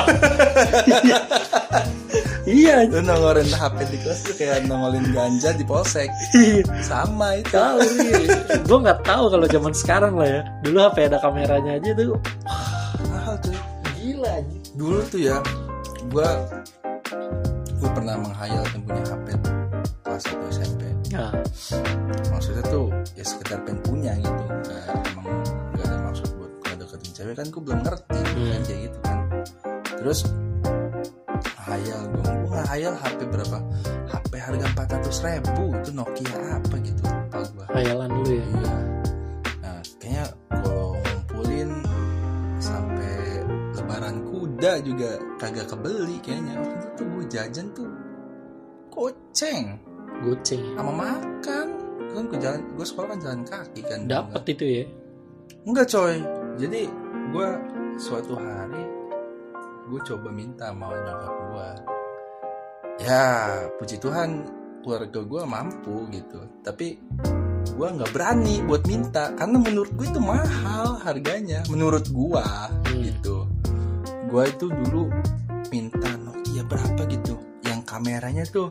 Iya, lu nongolin H P di kelas tuh kayak nongolin ganja di polsek. Sama itu. Tahu iya. Gue nggak tahu kalau zaman sekarang lah ya. Dulu H P ada kameranya aja tuh. Mahal tuh. Gila aja. Dulu tuh ya, gue gue pernah menghayal punya H P kelas satu S M P. Nah. Maksudnya tuh ya sekedar pengen punya gitu. Nggak, emang nggak ada maksud buat ngedeketin cewek kan, gue belum ngerti hmm. kan kayak gitu kan. Terus hayal gue, gue nggak hayal H P berapa, H P harga empat ratus ribu itu Nokia apa gitu lupa gue. Hayalan dulu ya. Iya. Nah kayaknya kalau ngumpulin sampai lebaran kuda juga kagak kebeli kayaknya. Waktu itu tuh gue jajan tuh goceng. Goceng. Sama makan. Kan gue jalan, gue sekolah kan jalan kaki kan. Dapat itu ya? Enggak coy. Jadi gue suatu hari gue coba minta sama nyokap gue. Ya puji Tuhan keluarga gue mampu gitu. Tapi gue nggak berani buat minta karena menurut gue itu mahal harganya. Menurut gue hmm. gitu. Gue itu dulu minta Nokia berapa gitu, yang kameranya tuh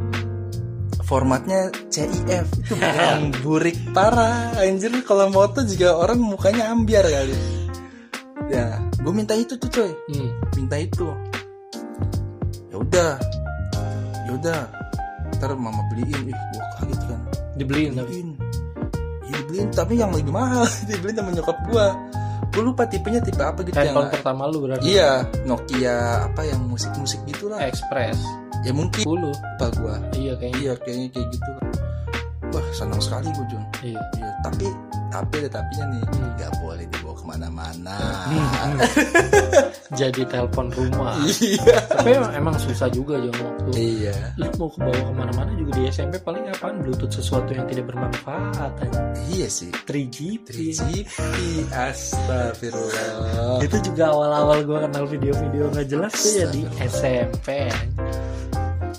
formatnya C I F itu yang burik parah anjir. Kalau moto juga orang mukanya ambiar kali. Ya, gue minta itu tuh coy, hmm. minta itu. Ya udah, ya udah. Ntar mama beliin, ih gue kaget kan. Dibeliin, dibeliin, ya, dibeliin tapi yang lebih mahal. Dibeliin sama nyokap gue. Gue lupa tipenya tipe apa gitu. Handphone yang pertama lu berarti? Iya, Nokia apa yang musik-musik gitulah. Express. Ya mungkin. sepuluh. Apa gue? Iya kayaknya. Iya kayaknya kayak gitu. Wah senang sekali gue Jun. Iya. Iya. Tapi tapi ada tapinya nih. Hmm. Gak boleh dibawa kemana-mana. Hmm. Jadi telepon rumah. Iya. Tapi emang, emang susah juga Jun waktu. Iya. Lu mau kebawa kemana-mana juga di S M P paling apaan? Bluetooth sesuatu yang tidak bermanfaat aja. Iya sih. tiga G P. tiga G P. Astagfirullah. Itu juga awal-awal gue kenal video-video nggak jelas tuh ya di S M P.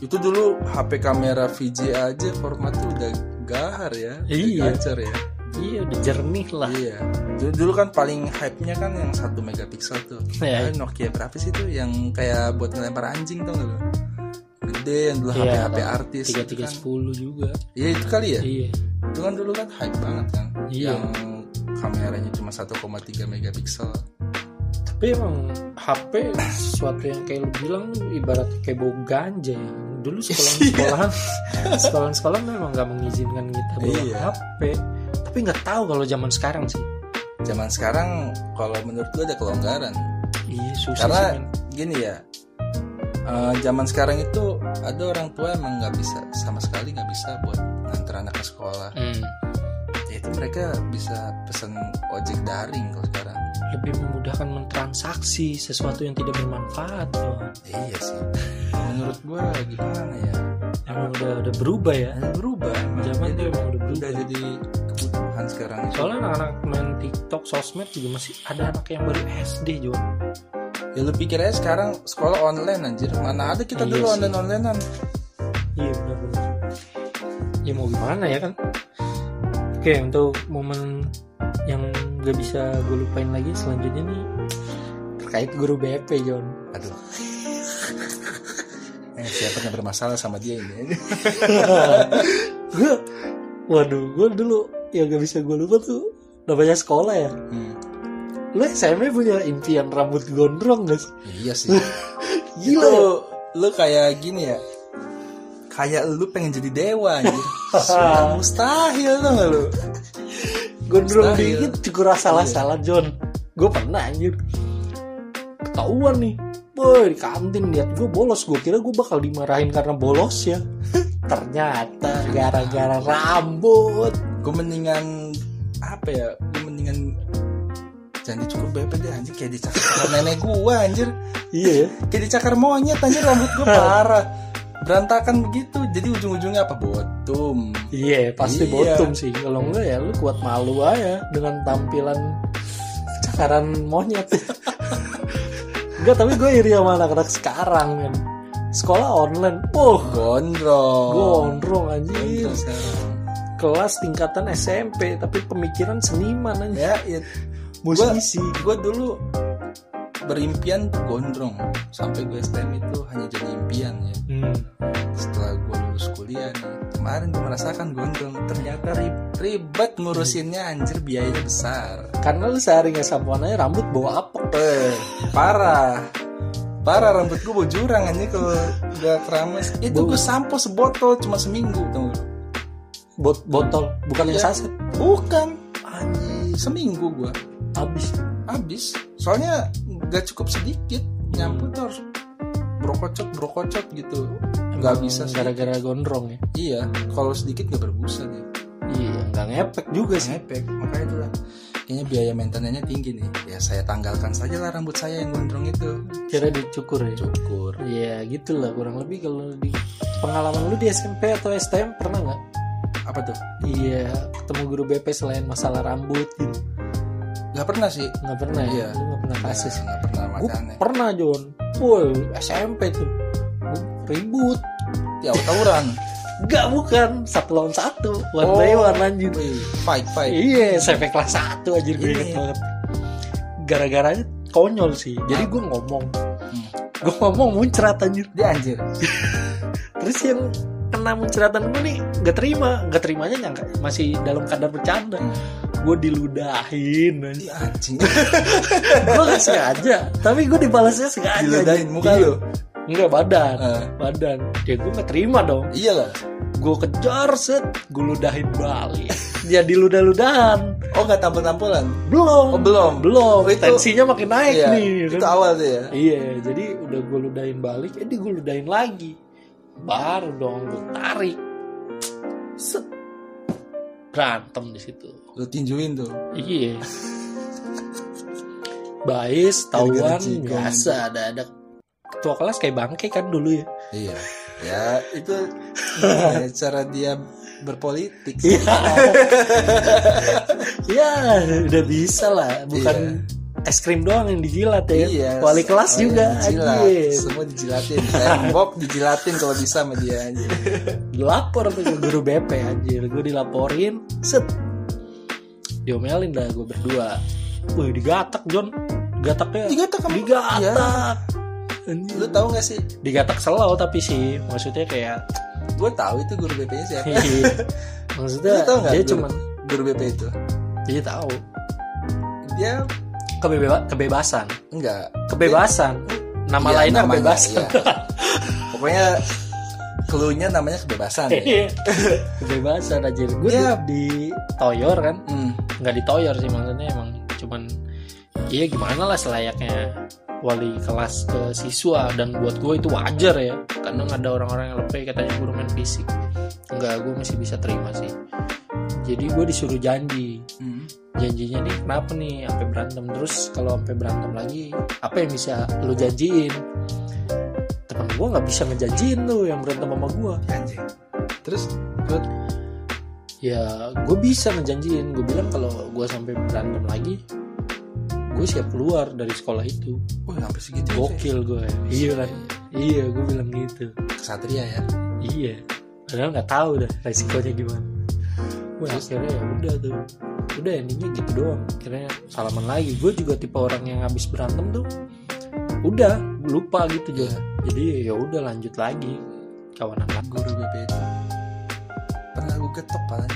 Itu dulu H P kamera V J aja formatnya udah gahar ya. Iya. Gacor ya. Iya, udah jernih lah. Iya. Dulu, dulu kan paling hype-nya kan yang satu megapiksel tuh. Iya. Nah, Nokia berapa sih tuh yang kayak buat ngelempar anjing tuh nggak lo? Gede yang dulu Iya, H P H P artis. tiga tiga sepuluh juga. Iya itu kali ya. Iya. Itu kan dulu kan hype banget kan. Iya. Yang kameranya cuma satu koma tiga megapiksel. Tapi emang H P sesuatu yang kayak lu bilang ibarat kayak bau ganja ya. Dulu sekolah-sekolahan sekolah-sekolah memang nggak mengizinkan kita bawa Iya. H P. Tapi nggak tahu kalau zaman sekarang sih. Zaman sekarang kalau menurut gue ada kelonggaran. Iya susah Karena sih, men. gini ya, uh, zaman sekarang itu ada orang tua emang nggak bisa sama sekali nggak bisa buat nganter anak ke sekolah. Hmm. Ya itu mereka bisa pesan ojek daring kalau sekarang. Lebih memudahkan mentransaksi sesuatu yang tidak bermanfaat loh. Iya sih. Menurut gue gimana ya? Emang udah udah berubah ya. Udah berubah. Emang. Zaman Jadi tuh emang udah berubah. udah jadi kebutuhan sekarang. Soalnya anak-anak main TikTok, sosmed juga masih ada anak yang baru S D, Jon. Ya lu pikir aja sekarang sekolah online anjir. Mana ada kita Iya dulu sih. online-onlinean. Iya benar-benar. Ya mau gimana ya kan. Oke, untuk momen yang gak bisa gue lupain lagi selanjutnya nih terkait guru B P, Jon. Aduh. Eh, siapa yang bermasalah sama dia ini? Gue, waduh, gue dulu yang gak bisa gue lupa tuh namanya sekolah ya. Hmm. Lu S M P punya impian rambut gondrong gak sih? Iya sih. Gila. Itu lu kayak gini ya. Kayak lu pengen jadi dewa anjir. Sudah mustahil tuh gak lu? Gondrong Mustahil. dikit cukur salah-salah, Jon. Gue pernah anjir. Ketahuan nih. Boy, di kantin lihat gue bolos. Gue kira gue bakal dimarahin karena bolos ya. Ternyata gara-gara rambut. Gue mendingan apa ya? Gue mendingan jangan dicukur B P deh anjir, kayak dicakar nenek gue anjir. Iya ya. Kayak dicakar monyet anjir, rambut gue parah. Berantakan begitu. Jadi ujung-ujungnya apa? Botum. Iya, pasti Iya. bottom sih. Kalau enggak ya lu kuat malu aja dengan tampilan cakaran monyet. Enggak, tapi gue iri sama anak-anak sekarang kan. Sekolah online. Oh, Gondrong. gondrong anjir. Gondrong sekarang. Kelas tingkatan S M P tapi pemikiran seniman aja. Ya, ya. Musisi. Gue dulu berimpian tuh gondrong sampai gue S T M itu hanya jadi impian ya. Hmm. Setelah gue lulus kuliah nih, kemarin gue merasakan gondrong. Ternyata rib- ribet ngurusinnya anjir, biayanya besar. Karena lu sehari nggak sampoan aja rambut bawa apek. Eh, parah. Parah, rambut gue bau jurang anjir kalau udah keramas. Itu Bau. gue sampo sebotol cuma seminggu tau gak lu? Bot botol, bukan yang Iya. saset. Bukan. Anjir, seminggu gue Habis. habis. Soalnya gak cukup sedikit, nyampu tuh harus brokocot brokocot gitu. Gak Emang bisa sih. gara-gara gondrong ya. Iya, kalau sedikit gak berbusa dia. Iya, nggak ngepek juga sih. Ngepek, makanya itu lah. Kayaknya biaya maintenance-nya tinggi nih. Ya saya tanggalkan saja lah rambut saya yang gondrong itu. Kira dicukur ya. Cukur. Iya, gitulah kurang lebih. Kalau di pengalaman lu di S M P atau S T M pernah nggak? Apa tuh? Iya, ketemu guru B P selain masalah rambut gitu. Gak pernah sih. Nggak pernah ya? Iya. Lu nggak pernah kasus. Gak pernah Gue makanya. pernah, Jon. Woi, S M P tuh. Gua ribut. Ya tawuran. Enggak, bukan. Satu lawan satu. One Oh. by one anjir. Wih, fight fight. Iya, S M P kelas satu anjir, gue Ini. inget banget. Gara-garanya konyol sih. Jadi gue ngomong. Hmm. Gue ngomong muncrat anjir. Dia anjir. Terus yang kena muncratan gue nih gak terima. Gak terimanya nyangka masih dalam kadar bercanda. Hmm. Gue diludahin anjir. Dia anjing. Gue gak sengaja. Tapi gue dibalasnya sengaja. Diludahin anjir. muka Iya. lu. Enggak, badan. Eh. Badan. Ya gue gak terima dong. Iyalah. Gue kejar set. Gue ludahin balik. Jadi ludah-ludahan. Oh gak tampil-tampilan. Belum. Oh, belum. Belum. Oh, itu- Tensinya makin naik Iya, nih. itu awal tuh ya. Iya, jadi udah gue ludahin balik, eh gue ludahin lagi. Baru dong gue tarik. Set. Berantem di situ. Lu tinjuin tuh. Iya. Bais, tauan, Gara-gara jigong. biasa ada ada ketua kelas kayak bangke kan dulu ya. Iya. Ya itu ya, cara dia berpolitik sih. Iya. Ya, udah bisa lah, bukan es krim doang yang dijilat ya. Iya, wali kelas juga jilat, anjir. semua dijilatin. Tembok dijilatin kalau bisa sama dia anjir. Dilapor tuh ke guru B P anjir. Gue dilaporin, set. Diomelin dah gue berdua. Wih, digatak John. Gataknya Digatak sama digatak. Ya. Lu tahu gak sih? Digatak slow tapi sih maksudnya kayak gue tahu itu guru B P-nya siapa. Maksudnya lu tahu gak dia guru, cuman guru B P itu. dia tahu. Dia Kebeba- kebebasan. enggak. Kebebasan. Nama Iya, lainnya namanya, kebebasan. iya. Pokoknya clue-nya namanya kebebasan. Ya. Kebebasan aja. Gue Dia- di toyor kan. Hmm. Nggak ditoyor sih maksudnya emang cuman iya gimana lah selayaknya wali kelas ke siswa, dan buat gue itu wajar ya. Kadang ada orang-orang yang lebay katanya guru main fisik. Enggak, gue masih bisa terima sih. Jadi gue disuruh janji. Hmm. Janjinya nih kenapa nih sampai berantem, terus kalau sampai berantem lagi apa yang bisa lu janjiin? Temen gue nggak bisa ngejanjiin tuh yang berantem sama gue. Anjing. Terus good. Ya gue bisa ngejanjiin, gue bilang kalau gue sampai berantem lagi gue siap keluar dari sekolah itu. Wah, sampai segitu. Gokil gue. Iya kan. Iya gue bilang gitu. Kesatria ya. Iya. Padahal nggak tahu dah resikonya gimana. Gue akhirnya ya udah tuh. Udah endingnya gitu doang. Akhirnya salaman lagi. Gue juga tipe orang yang habis berantem tuh udah lupa gitu aja. Jadi ya udah lanjut lagi kawanan lagi. Guru B P itu pernah gue ketok palanya.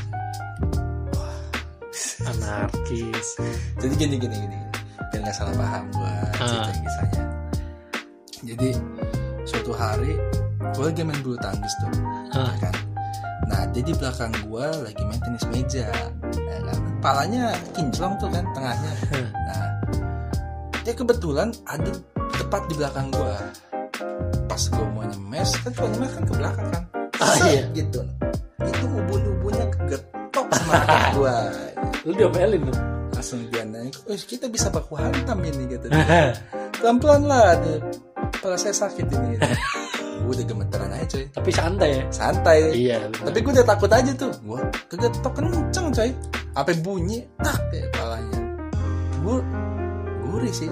Anarkis. Jadi gini gini gini. Biar nggak salah paham gue cerita Ah. kisahnya. Jadi suatu hari gue lagi main bulu tangkis tuh, Ah. ya kan. Nah dia di belakang gue lagi main tenis meja, ya kan. Palanya kinclong tuh kan tengahnya. Nah dia kebetulan ada tepat di belakang gue. Pas gue mau nyemes kan, kalau nyemes kan ke belakang kan. Ah, iya. Gitu. Itu ubun-ubunnya kegetok sama raket gue. Lu diomelin tuh. Langsung dia nanya, eh kita bisa baku hantam ini gitu. Pelan-pelan lah, nih. Kepala saya sakit ini gitu. Gue udah gemeteran aja coy. Tapi santai ya. Santai. Iya. Bener. Tapi gue udah takut aja tuh. Gue kegetok kenceng coy. Sampai bunyi tak kayak kepalanya. Gue gurih sih.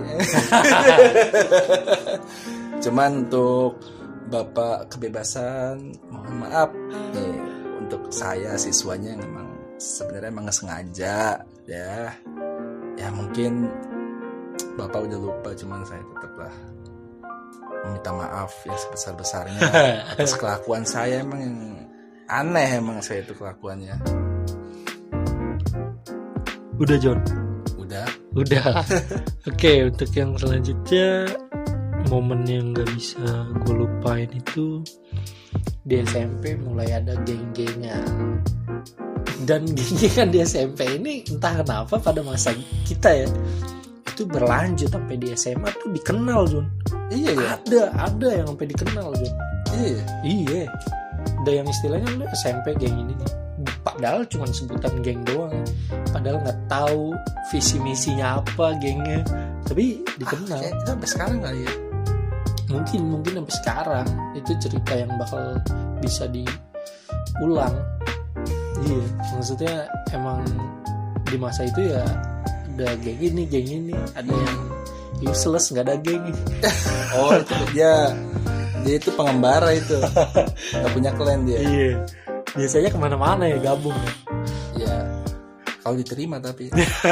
Cuman untuk Bapak kebebasan, mohon maaf nih untuk saya siswanya yang memang sebenarnya emang nggak sengaja ya. Ya mungkin Bapak udah lupa, cuman saya tetaplah meminta maaf ya sebesar-besarnya atas kelakuan saya. Emang yang aneh emang saya itu kelakuannya. Udah John. Udah. Udah. Oke, untuk yang selanjutnya, momen yang gak bisa gue lupain itu di S M P mulai ada geng-gengan. Dan geng-gengan di S M P ini entah kenapa pada masa kita ya itu berlanjut sampai di S M A tuh dikenal Jun. Iya ya. Ada, ada yang sampai dikenal Jun. Iya. Iya. Ada yang istilahnya lu S M P geng ini nih. Padahal cuma sebutan geng doang. Padahal nggak tahu visi misinya apa gengnya. Tapi dikenal. Ah, kita sampai sekarang kali ya. Mungkin mungkin sampai sekarang itu cerita yang bakal bisa diulang. Iya, maksudnya emang di masa itu ya ada geng ini, geng ini, ada yang useless nggak ada geng. Oh itu dia, dia itu pengembara itu, nggak punya klan dia. Iya, biasanya kemana-mana ya gabung. Ya, kalau diterima tapi.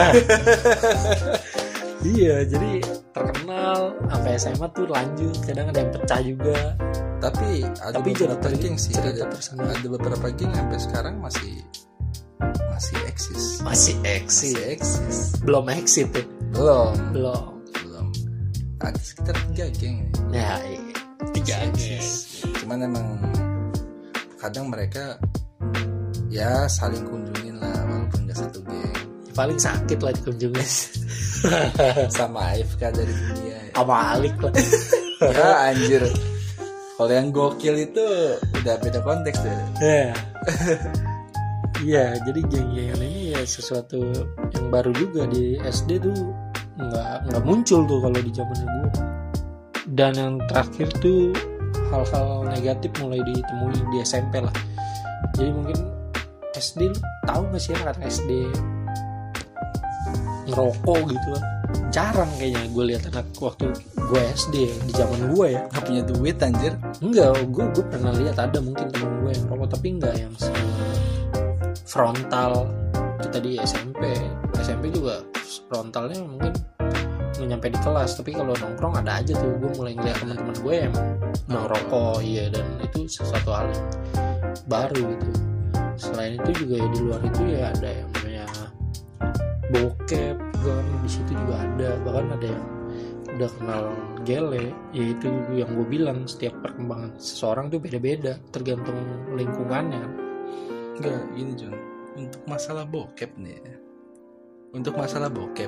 Iya, jadi terkenal sampai S M A tuh lanjut, kadang ada yang pecah juga. Tapi ada Tapi beberapa cerita- geng sih, cerita ada, tersendiri. ada beberapa geng sampai sekarang masih masih eksis. Masih eksis, Masih eksis. belum exit ya? Belum, Belum. belum. Ada sekitar tiga geng. Ya, iya. tiga Masih geng. eksis. Cuman emang kadang mereka ya saling kunjungin lah, walaupun nggak satu geng. Paling sakit lah dikunjungin. Sama A F K dari dunia. Sama Alik lah. Ya anjir. Kalau yang gokil itu udah beda konteks deh. Ya. Iya, jadi geng-gengan ini ya sesuatu yang baru juga di S D tuh nggak nggak muncul tuh kalau di zamannya gue. Dan yang terakhir tuh hal-hal negatif mulai ditemui di S M P lah. Jadi mungkin S D lu tahu nggak sih anak S D ngerokok gitu kan? jarang kayaknya gue lihat anak waktu gue S D di zaman gue ya. Gak punya duit anjir. Enggak, gue gue pernah lihat ada mungkin temen gue yang rokok, tapi enggak yang frontal kita di S M P. S M P juga frontalnya mungkin nggak nyampe di kelas, tapi kalau nongkrong ada aja tuh. Gue mulai ngeliat teman-teman gue yang ngerokok, iya, dan itu sesuatu hal yang baru gitu. Selain itu juga ya di luar itu ya ada yang namanya bokep juga, di situ juga ada. Bahkan ada yang udah kenal gele, yaitu yang gue bilang setiap perkembangan seseorang tuh beda-beda tergantung lingkungannya. Enggak, gini John, untuk masalah bokep nih, untuk masalah bokep,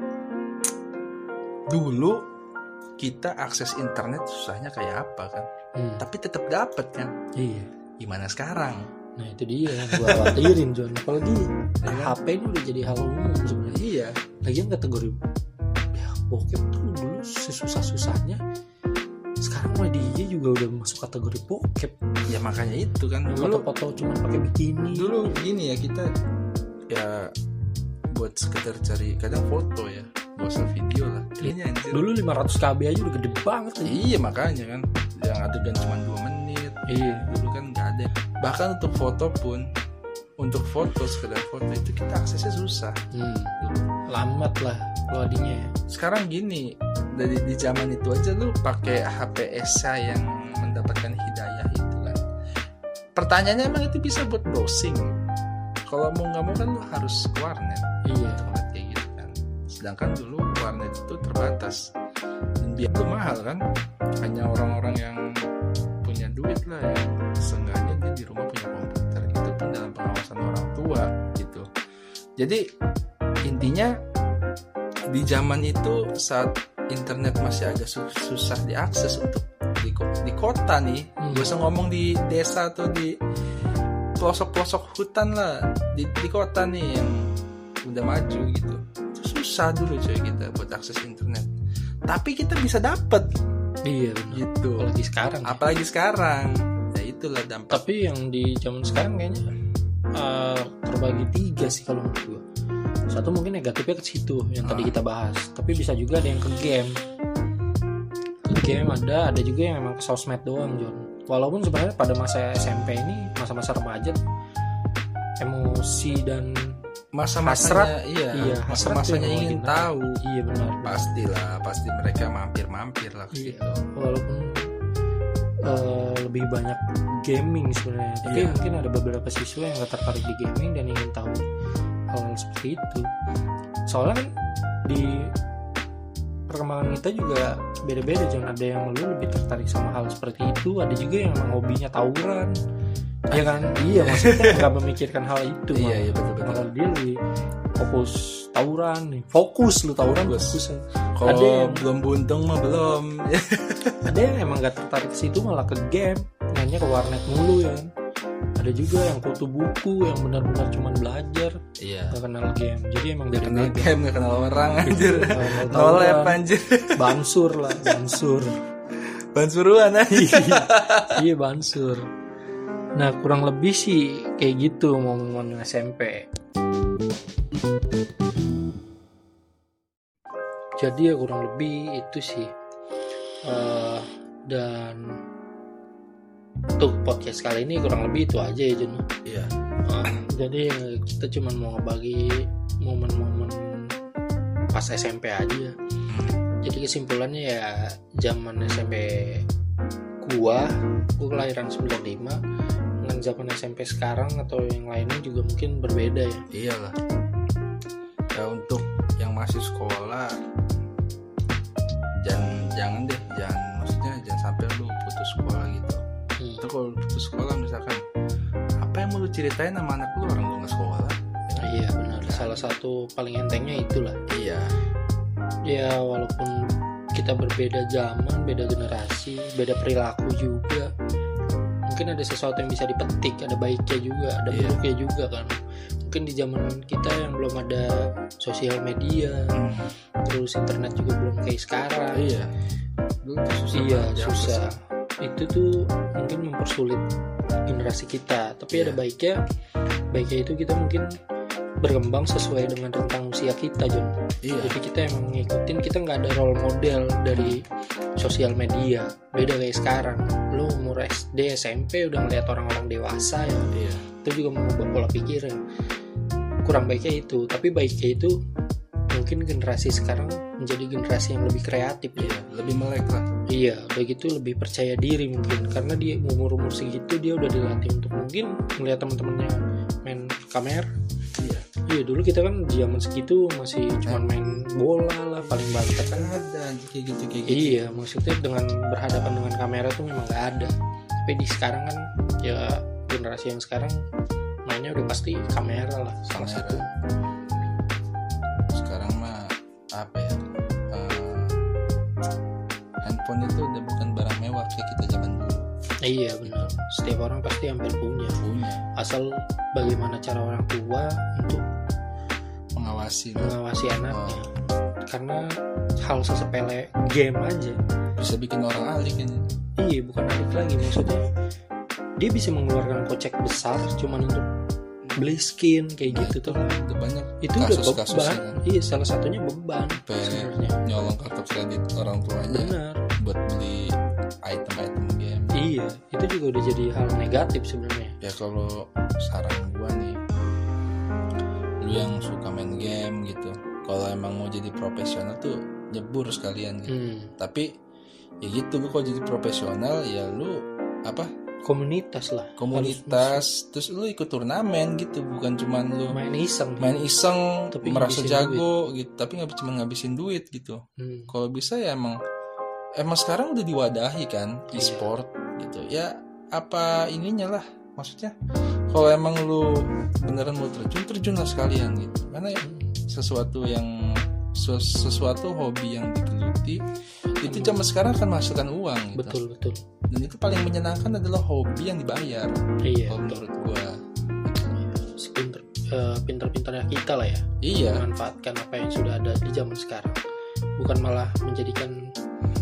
dulu kita akses internet susahnya kayak apa kan, hmm. tapi tetap dapat kan. Iya. Gimana sekarang? Nah itu dia yang gue khawatirin John, apalagi nah, H P ini udah jadi hal umum sebenarnya. Iya. Lagian kategori ya, bokep tuh dulu sesusah-susahnya, sekarang mulai dia juga udah masuk kategori bokep. Ya makanya itu kan dulu foto-foto cuma pakai bikini. Dulu gini ya, kita ya buat sekedar cari kadang foto ya, gak usah video lah. Iya, dulu lima ratus K B aja udah gede banget ya. Iya makanya kan, yang adegan cuma dua menit. Iya, dulu kan gak ada. Bahkan untuk foto pun, untuk foto sekedar foto itu kita aksesnya susah. hmm. Lambat lah loadingnya. Sekarang gini, dari di zaman itu aja lu pakai H P S A yang mendapatkan hidayah itu kan. Pertanyaannya emang itu bisa buat browsing? Kalau mau nggak mau kan lu harus ke warnet. Iya. Kayak gitu kan. Sedangkan dulu warnet itu terbatas dan biaya itu mahal kan. Hanya orang-orang yang punya duit lah ya. Seenggaknya dia di rumah punya komputer. Itu pun dalam pengawasan orang tua gitu. Jadi intinya di zaman itu saat internet masih agak susah diakses untuk di, di kota nih, hmm. gak usah ngomong di desa atau di pelosok-pelosok hutan lah, di, di kota nih yang udah maju gitu, itu susah dulu coy kita buat akses internet. Tapi kita bisa dapet, iya gitu. Apalagi sekarang. Apalagi ya. sekarang, ya itulah dampak. Tapi yang di zaman sekarang kayaknya uh, terbagi tiga sih kalau menurut gue. Satu mungkin negatifnya ke situ yang ah. tadi kita bahas, tapi bisa juga ada yang ke game. Ke game ada, ada juga yang memang ke sosmed doang, John. Walaupun sebenarnya pada masa S M P ini, masa-masa remaja, emosi dan masa-masanya, iya, iya masa-masanya ingin tahu. Iya benar. Pastilah, pasti mereka mampir-mampir lah ke iya. situ. Walaupun uh, lebih banyak gaming sebenarnya, tapi iya. mungkin ada beberapa siswa yang gak tertarik di gaming dan ingin tahu hal seperti itu. Soalnya kan di perkembangan kita juga beda-beda, jangan ada yang lu lebih tertarik sama hal seperti itu, ada juga yang memang hobinya tawuran. Ya kan? Iya, maksudnya nggak memikirkan hal itu. Iya, iya betul-betul. Malah dia lebih fokus tawuran nih. Fokus lu tawuran, fokus. fokus ya. Kalau ada yang belum buntung mah belum. Ada yang emang nggak tertarik ke situ, malah ke game, mainnya ke warnet mulu ya kan. Ada juga yang kutu buku yang benar-benar cuma belajar, iya. Gak kenal game. Jadi emang gak kenal game, gak kenal orang anjir. Nolep anjir. Bansur lah, bansur. Bansuruan aja. Iya, bansur. Nah, kurang lebih sih kayak gitu momen-momen S M P. Jadi ya kurang lebih itu sih. Uh, dan untuk podcast kali ini kurang lebih itu aja ya Jun. Iya. Uh, jadi kita cuma mau ngebagi momen-momen pas S M P aja. Jadi kesimpulannya ya zaman S M P gua, gua kelahiran sembilan puluh lima, dengan zaman S M P sekarang atau yang lainnya juga mungkin berbeda ya. Iyalah. Ya untuk yang masih sekolah jangan jangan deh, jangan maksudnya jangan sampai lu putus sekolah gitu. Hmm. Itu kalau putus sekolah misalkan apa yang mau lu ceritain sama anak lu, orang lu nggak sekolah. Nah, iya benar. Kan. Salah satu paling entengnya itulah. Iya. Ya walaupun kita berbeda zaman, beda generasi, beda perilaku juga, mungkin ada sesuatu yang bisa dipetik, ada baiknya juga, ada yeah. buruknya juga kan. Mungkin di zaman kita yang belum ada sosial media, hmm. terus internet juga belum kayak sekarang. Iya. Dulu susah. Iya susah. Itu tuh mungkin mempersulit generasi kita. Tapi yeah. ada baiknya, baiknya itu kita mungkin berkembang sesuai dengan rentang usia kita, John. Iya. Jadi kita emang ngikutin, kita nggak ada role model dari sosial media. Beda kayak sekarang, lu umur S D, S M P udah ngeliat orang-orang dewasa ya. Iya. Itu juga mengubah pola pikir ya. Kurang baiknya itu, tapi baiknya itu mungkin generasi sekarang menjadi generasi yang lebih kreatif ya, lebih melek lah. Iya, udah gitu lebih percaya diri mungkin karena dia umur-umur segitu dia udah dilatih untuk mungkin melihat teman-temannya main kamera. Iya. Iya, dulu kita kan zaman segitu masih cuma main bola lah paling banter kan. Ada kayak gitu kayak gitu. Iya, maksudnya dengan berhadapan dengan kamera tuh memang gak ada. Tapi di sekarang kan ya generasi yang sekarang mainnya udah pasti kamera lah salah Kamera. satu. Sekarang mah apa ya? Uh, handphone itu udah bukan barang mewah kayak kita zaman dulu. Iya benar. Setiap orang pasti hampir punya. Punya. Asal bagaimana cara orang tua untuk Mengawasi. mengawasi anaknya. Oh. Karena hal sesepele game aja Bisa bikin orang alik ini. iya bukan alik lagi, maksudnya dia bisa mengeluarkan kocek besar cuman untuk beli skin kayak Nah, gitu tuh. Udah banyak Itu udah kasus-kasusnya beban. kan. Iya, salah satunya beban Sampai sebenarnya. nyolong kartu kredit orang tuanya Benar. buat beli item-item game. Iya, itu juga udah jadi hal negatif sebenarnya. Ya kalau saran gua nih, lu yang suka main game gitu, kalau emang mau jadi profesional tuh nyebur sekalian gitu. Hmm. Tapi ya gitu, lu kalau jadi profesional ya lu apa Komunitas lah. komunitas, terus lu ikut turnamen gitu, bukan cuman lu Harus main iseng. main iseng Tapi merasa ngabisin jago gitu, tapi nggak cuma ngabisin duit gitu. Hmm. Kalau bisa ya emang emang sekarang udah diwadahi kan Iya. e-sport gitu ya, apa ininya lah maksudnya. Kalau emang lu beneran mau terjun terjun lah sekalian gitu, karena ya sesuatu yang ses- sesuatu hobi yang digeluti itu zaman sekarang akan menghasilkan uang gitu. Betul betul. Dan itu paling menyenangkan adalah hobi yang dibayar. Iya. Kalau menurut gua Sepinter, eh, pinter-pinternya kita lah ya. iya. Memanfaatkan apa yang sudah ada di zaman sekarang. Bukan malah menjadikan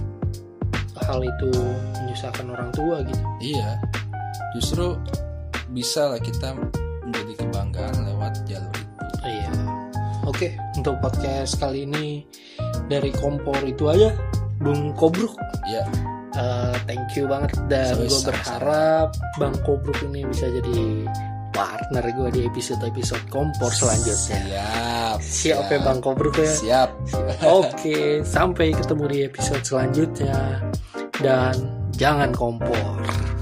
hal itu menyusahkan orang tua gitu. Iya, justru bisa lah kita menjadi kebanggaan lewat jalur itu. Iya. Oke, untuk podcast kali ini dari Kompor itu aja, Bung Kobruk. Iya, Eh, thank you banget dan Sama-sama. gue berharap Bang Kobruk ini bisa jadi partner gue di episode-episode Kompor selanjutnya. siap. Siap ya Bang Kobruk ya. Siap. Oke, sampai ketemu di episode selanjutnya dan jangan kompor.